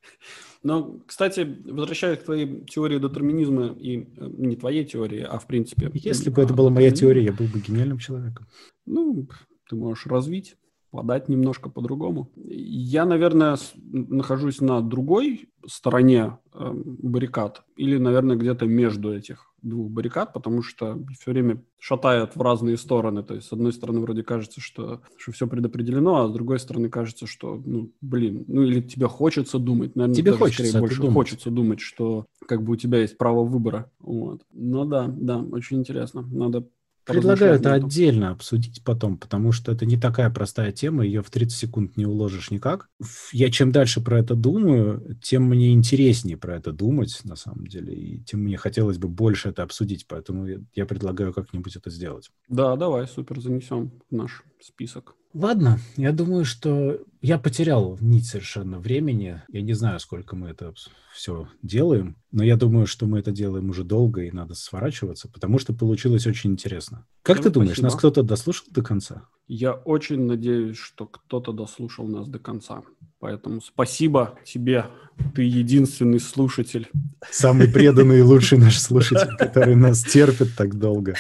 Но, кстати, возвращаясь к твоей теории детерминизма, и э, не твоей теории, а в принципе Если м, бы это о была моя теория, детерминизме, я был бы гениальным человеком. ну, ты можешь развить, подать немножко по-другому. Я, наверное, с- нахожусь на другой стороне э, баррикад, или, наверное, где-то между этих двух баррикад, потому что все время шатает в разные стороны. То есть, с одной стороны, вроде кажется, что, что все предопределено, а с другой стороны, кажется, что, ну, блин, ну, или тебе хочется думать, наверное, Тебе даже скорее хочется это больше думать. хочется думать, что как бы у тебя есть право выбора. Вот. Ну да, да, очень интересно. Надо Предлагаю поразмышлять на это эту. отдельно обсудить потом, потому что это не такая простая тема, ее в тридцать секунд не уложишь никак. Ф- Я чем дальше про это думаю, тем мне интереснее про это думать, на самом деле, и тем мне хотелось бы больше это обсудить, поэтому я, я предлагаю как-нибудь это сделать. Да, давай, супер, занесем в наш список. Ладно, я думаю, что я потерял нить совершенно времени. Я не знаю, сколько мы это все делаем, но я думаю, что мы это делаем уже долго, и надо сворачиваться, потому что получилось очень интересно. Как ты Всем думаешь, нас спасибо. кто-то дослушал до конца? Я очень надеюсь, что кто-то дослушал нас до конца. Поэтому спасибо тебе. Ты единственный слушатель. Самый преданный и лучший наш слушатель, который нас терпит так долго.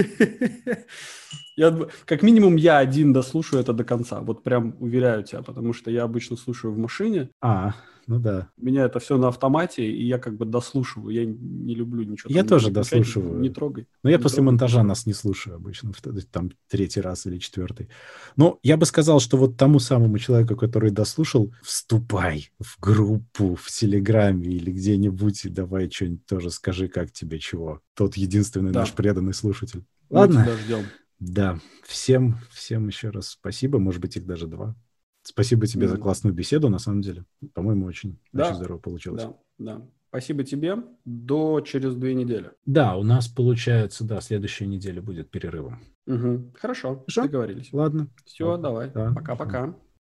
Я, как минимум, я один дослушаю это до конца. Вот прям уверяю тебя, потому что я обычно слушаю в машине. А, ну да. У меня это все на автомате, и я как бы дослушиваю. Я не люблю ничего Я там не тоже выключать, не дослушиваю. трогай. Но я Не после трогай, монтажа пускай. нас не слушаю обычно, в- там третий раз или четвертый. Но я бы сказал, что вот тому самому человеку, который дослушал, вступай в группу в Телеграме или где-нибудь, и давай что-нибудь тоже скажи, как тебе чего. Тот единственный наш Да, преданный слушатель. мы Ладно, тебя ждем. да, всем, всем еще раз спасибо, может быть, их даже два. Спасибо тебе за М. классную беседу, на самом деле. По-моему, очень, очень Да, здорово получилось. да, да. Спасибо тебе. До через две недели. Да, у нас получается, да, следующая неделя будет перерывом. Мгм. Хорошо, Хорошо? договорились. Ладно. Все, Ладно. давай. Да, да. Пока-пока.